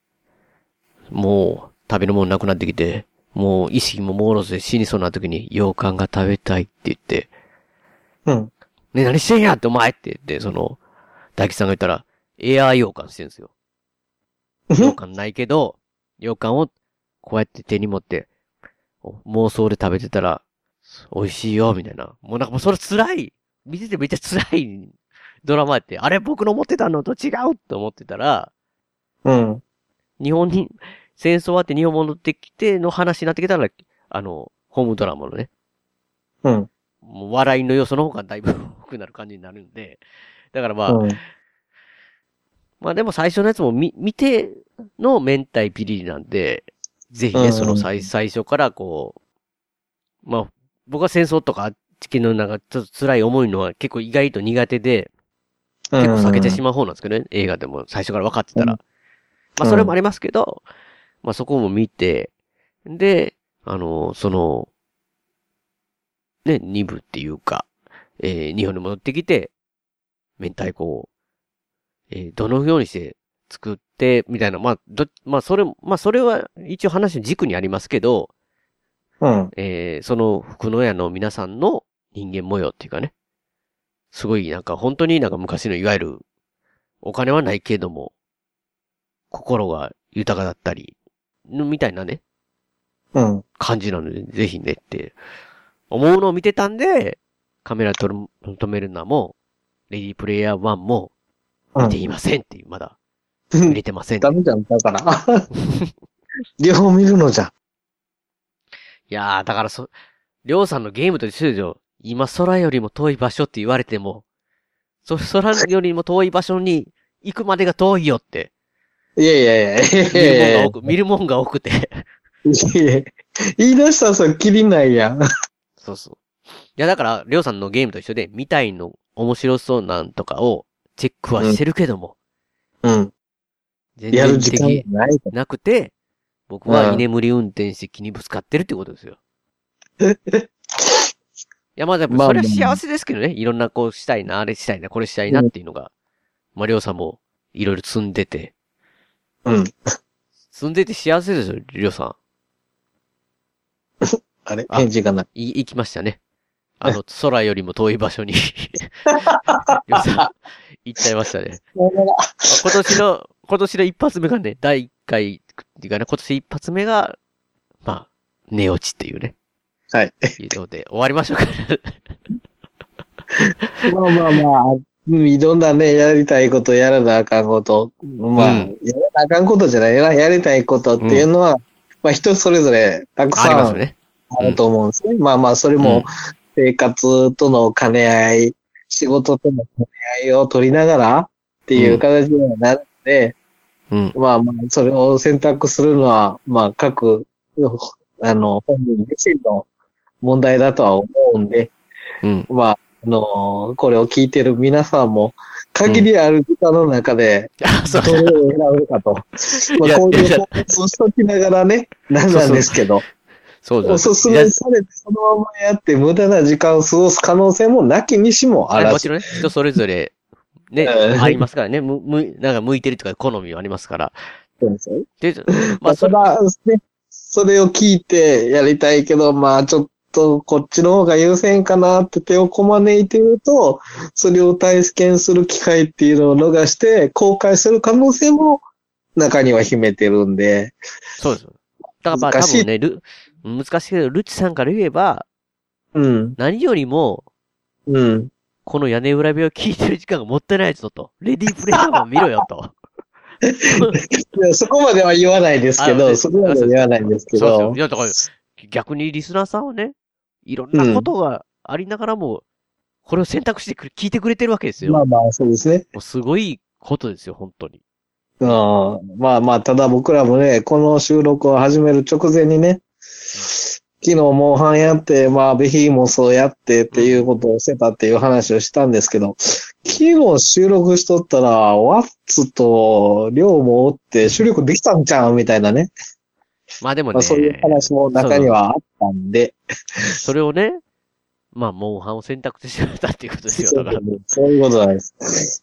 もう、食べるものなくなってきて、もう意識も朦朧として死にそうな時に、洋館が食べたいって言って、ね、何してんやってお前って言って、大吉さんが言ったら、エアー洋館してるんですよ。洋館ないけど、洋館をこうやって手に持って、妄想で食べてたら、美味しいよ、みたいな。もうなんかもうそれ辛い。見ててめっちゃ辛いドラマやって、あれ僕の思ってたのと違うって思ってたら、日本に、戦争終わって日本戻ってきての話になってきたら、ホームドラマのね。もう笑いの要素の方がだいぶ多くなる感じになるんで。だからまあ、まあでも最初のやつも見ての明太ピリリなんで、ぜひね、最初からこう、まあ、僕は戦争とか地球のなんかちょっと辛い思いのは結構意外と苦手で、結構避けてしまう方なんですけどね、映画でも最初から分かってたら。まあそれもありますけど、まあそこも見て、で、ね、2部っていうか、日本に戻ってきて、明太子を、どのようにして作って、みたいな、まあそれは一応話の軸にありますけど、その福野屋の皆さんの人間模様っていうかね、すごいなんか本当になんか昔のいわゆる、お金はないけども、心が豊かだったり、みたいなね、感じなので、ぜひねって思うのを見てたんで、カメラ止めるのも、レディープレイヤー1も見ていませんっていう、まだ見れてません。 ダメじゃん、だから。両方見るのじゃ。 いやー、だからりょうさんのゲームと一緒でしょ。今空よりも遠い場所って言われても、空よりも遠い場所に行くまでが遠いよって。 いや。 見るもんが多くて。 言い出したらそれきりないやん。 そうそう。いや、だから、りょうさんのゲームと一緒で、見たいの面白そうなんとかをチェックはしてるけども。全然やる時間ないなくて、僕は居眠り運転して木にぶつかってるってことですよ。いや、まあ、それは幸せですけどね。いろんなこうしたいな、あれしたいな、これしたいなっていうのが。まあ、りょうさんもいろいろ積んでて。積んでて幸せですよ、りょうさん。 あれ返事がない。 行きましたね。空よりも遠い場所に。りょうさん、行っちゃいましたね。今年の一発目がね、第1回っていうかね、今年一発目が、まあ、寝落ちっていうね。 はい。 いうので、終わりましょうか。 まあ、いろんなね、やりたいこと、やらなあかんこと、まあ、やらなあかんことじゃないな、やりたいことっていうのは、まあ人それぞれたくさんあると思うんですね。まあ、それも生活との兼ね合い、仕事との兼ね合いを取りながらっていう形にはなるので、まあ、それを選択するのは、まあ、各、本人自身の問題だとは思うんで、まあ、これを聞いてる皆さんも、限りある時間の中で、どれを選ぶかと。まあ、こういうフォーカスをしときながらね、なんですけど、おすすめされてそのままやって無駄な時間を過ごす可能性もなきにしもあらず。 もちろんね、人それぞれ、ね、ありますからね。なんか向いてるとか好みはありますから。 そうですよ。まあ、それを聞いてやりたいけど、まあ、ちょっと、こっちの方が優先かなって手をこまねいてると、それを体験する機会っていうのを逃して、後悔する可能性も中には秘めてるんで。 そうです。だからまあ多分ね、難しいけど、ルチさんから言えば、 うん。 何よりも、 うん。 この屋根裏部屋を聞いてる時間がもったいないぞと。レディープレイヤーマン見ろよと。 そこまでは言わないですけど、そこまでは言わないんですけど。 そうですよ。いや、だから逆にリスナーさんはね、いろんなことがありながらも、これを選択して聞いてくれてるわけですよ。 まあまあ、そうですね。 もうすごいことですよ、本当に。 まあまあ、ただ僕らもね、この収録を始める直前にね、昨日モンハンやって、まあ、ベヒーもそうやってっていうことをしてたっていう話をしたんですけど、昨日収録しとったら、ワッツと量もおって収録できたんちゃうみたいなね。 まあでもね、 まあ、そういう話も中にはあったんで。 それをね、まあ、モンハンを選択してしまったっていうことですよ。だから。 そういうことなんです。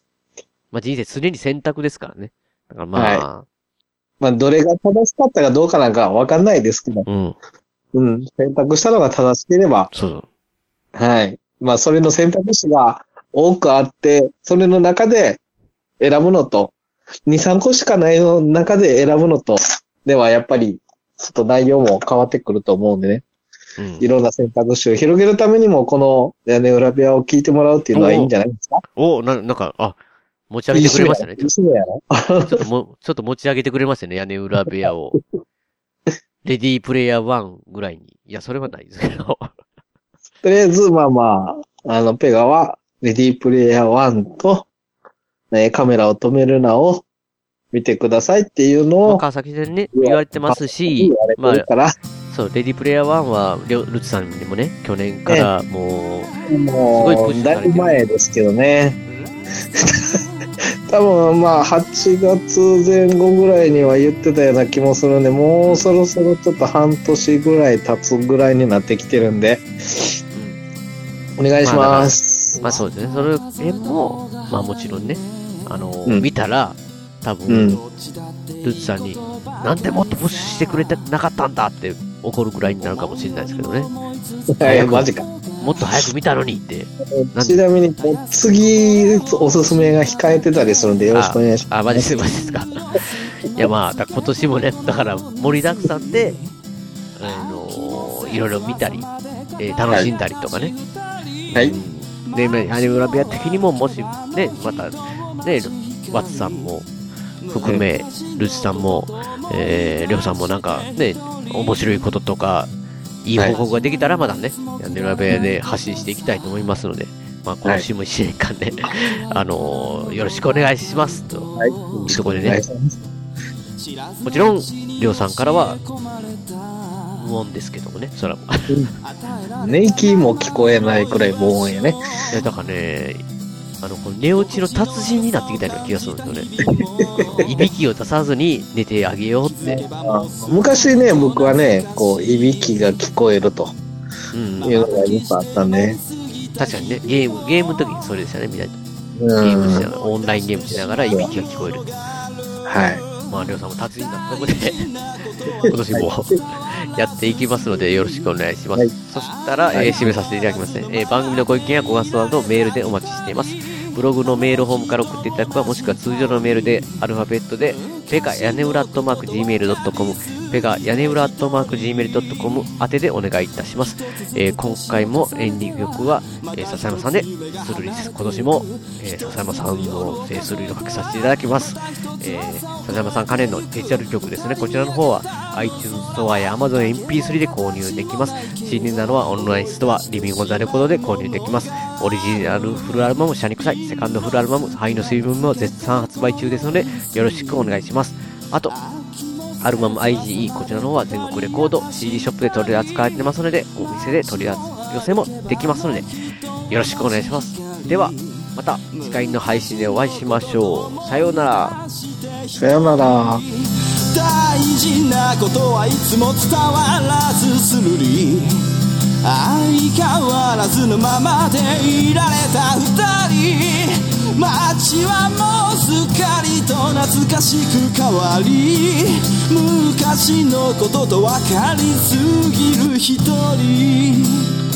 まあ人生常に選択ですからね。だからまあ、 はい、まあ、どれが正しかったかどうかなんかわかんないですけど。うん。うん。選択したのが正しければ。 そう。 はい。まあ、それの選択肢が多くあって、それの中で選ぶのと、2、3個しかないの中で選ぶのと、ではやっぱり、ちょっと内容も変わってくると思うんでね。うん、いろんな選択肢を広げるためにも、この屋根裏部屋を聞いてもらうっていうのはいいんじゃないですか？ なんか、持ち上げてくれましたね。ちょっと持ち上げてくれましたね、屋根裏部屋を。レディープレイヤー1ぐらいに。いや、それはないですけど。 とりあえず、まあまあ、ペガは、レディープレイヤー1と、カメラを止めるなを見てくださいっていうのを。 まあ、川崎でね、言われてますし、まあ、そう、レディープレイヤー1は、ルツさんにもね、去年からもう、すごいプッシュされてる。 だいぶ前ですけどね。多分まあ8月前後ぐらいには言ってたような気もするんで、もうそろそろちょっと半年ぐらい経つぐらいになってきてるんで、お願いします。 まあそうですね。それも、まあもちろんね、見たら、多分、ルツさんに、なんでもっとプッシュしてくれてなかったんだって怒るぐらいになるかもしれないですけどね。 マジか。 もっと早く見たのにって。 ちなみに、次、おすすめが控えてたりするんで、よろしくお願いします。 マジですか。いや、まあ、今年もね、だから盛りだくさんで、いろいろ見たり、楽しんだりとかね。 はい。 で、屋根裏部屋的にも、もしね、また、ね、ワッツさんも含め、ルチさんも、りょうさんもなんかね、面白いこととか、いい報告ができたらまだね、屋根裏部屋で発信していきたいと思いますので、まあ今週も1年間で、よろしくお願いしますと、いうところでね、もちろん、りょうさんからは、無音ですけどもね、そらも。 寝息も聞こえないくらい無音やね。 だからね、この寝落ちの達人になってきたような気がするんですよね。いびきを出さずに寝てあげようって。 昔ね、僕はね、こう、いびきが聞こえると。いうのがよくあったね。 確かにね、ゲームの時にそれでしたね、みたいな。ゲームしながら、オンラインゲームしながらいびきが聞こえる。 はい。 まあ、りょうさんも達人になったところで、今年もやっていきますので、よろしくお願いします。そしたら、締めさせていただきますね。番組のご意見やご感想などメールでお待ちしています。ブログのメールフォームから送っていただくか、もしくは通常のメールでアルファベットで、ペガ屋根裏@gmail.com、ペガ屋根裏@gmail.com 宛てでお願いいたします。今回もエンディング曲は、笹山さんでスルリです。今年も、笹山さんのスルリをかけさせていただきます。笹山さん関連のデジタル曲ですね。こちらの方は iTunes ストアや Amazon MP3 で購入できます。CD などはオンラインストア、リビングオンザレコードで購入できます。オリジナルフルアルバム、シャニクサイ、セカンドフルアルバム、灰の水分も絶賛発売中ですので、よろしくお願いします。あと、アルバム IGE、こちらの方は全国レコード、CD ショップで取り扱われてますので、お店で取り寄せもできますので、よろしくお願いします。では、また次回の配信でお会いしましょう。さようなら。 さようなら。 大事なことはいつも伝わらずするり、相変わらずのままでいられた二人。街はもうすっかりと懐かしく変わり、昔のことと分かりすぎる一人。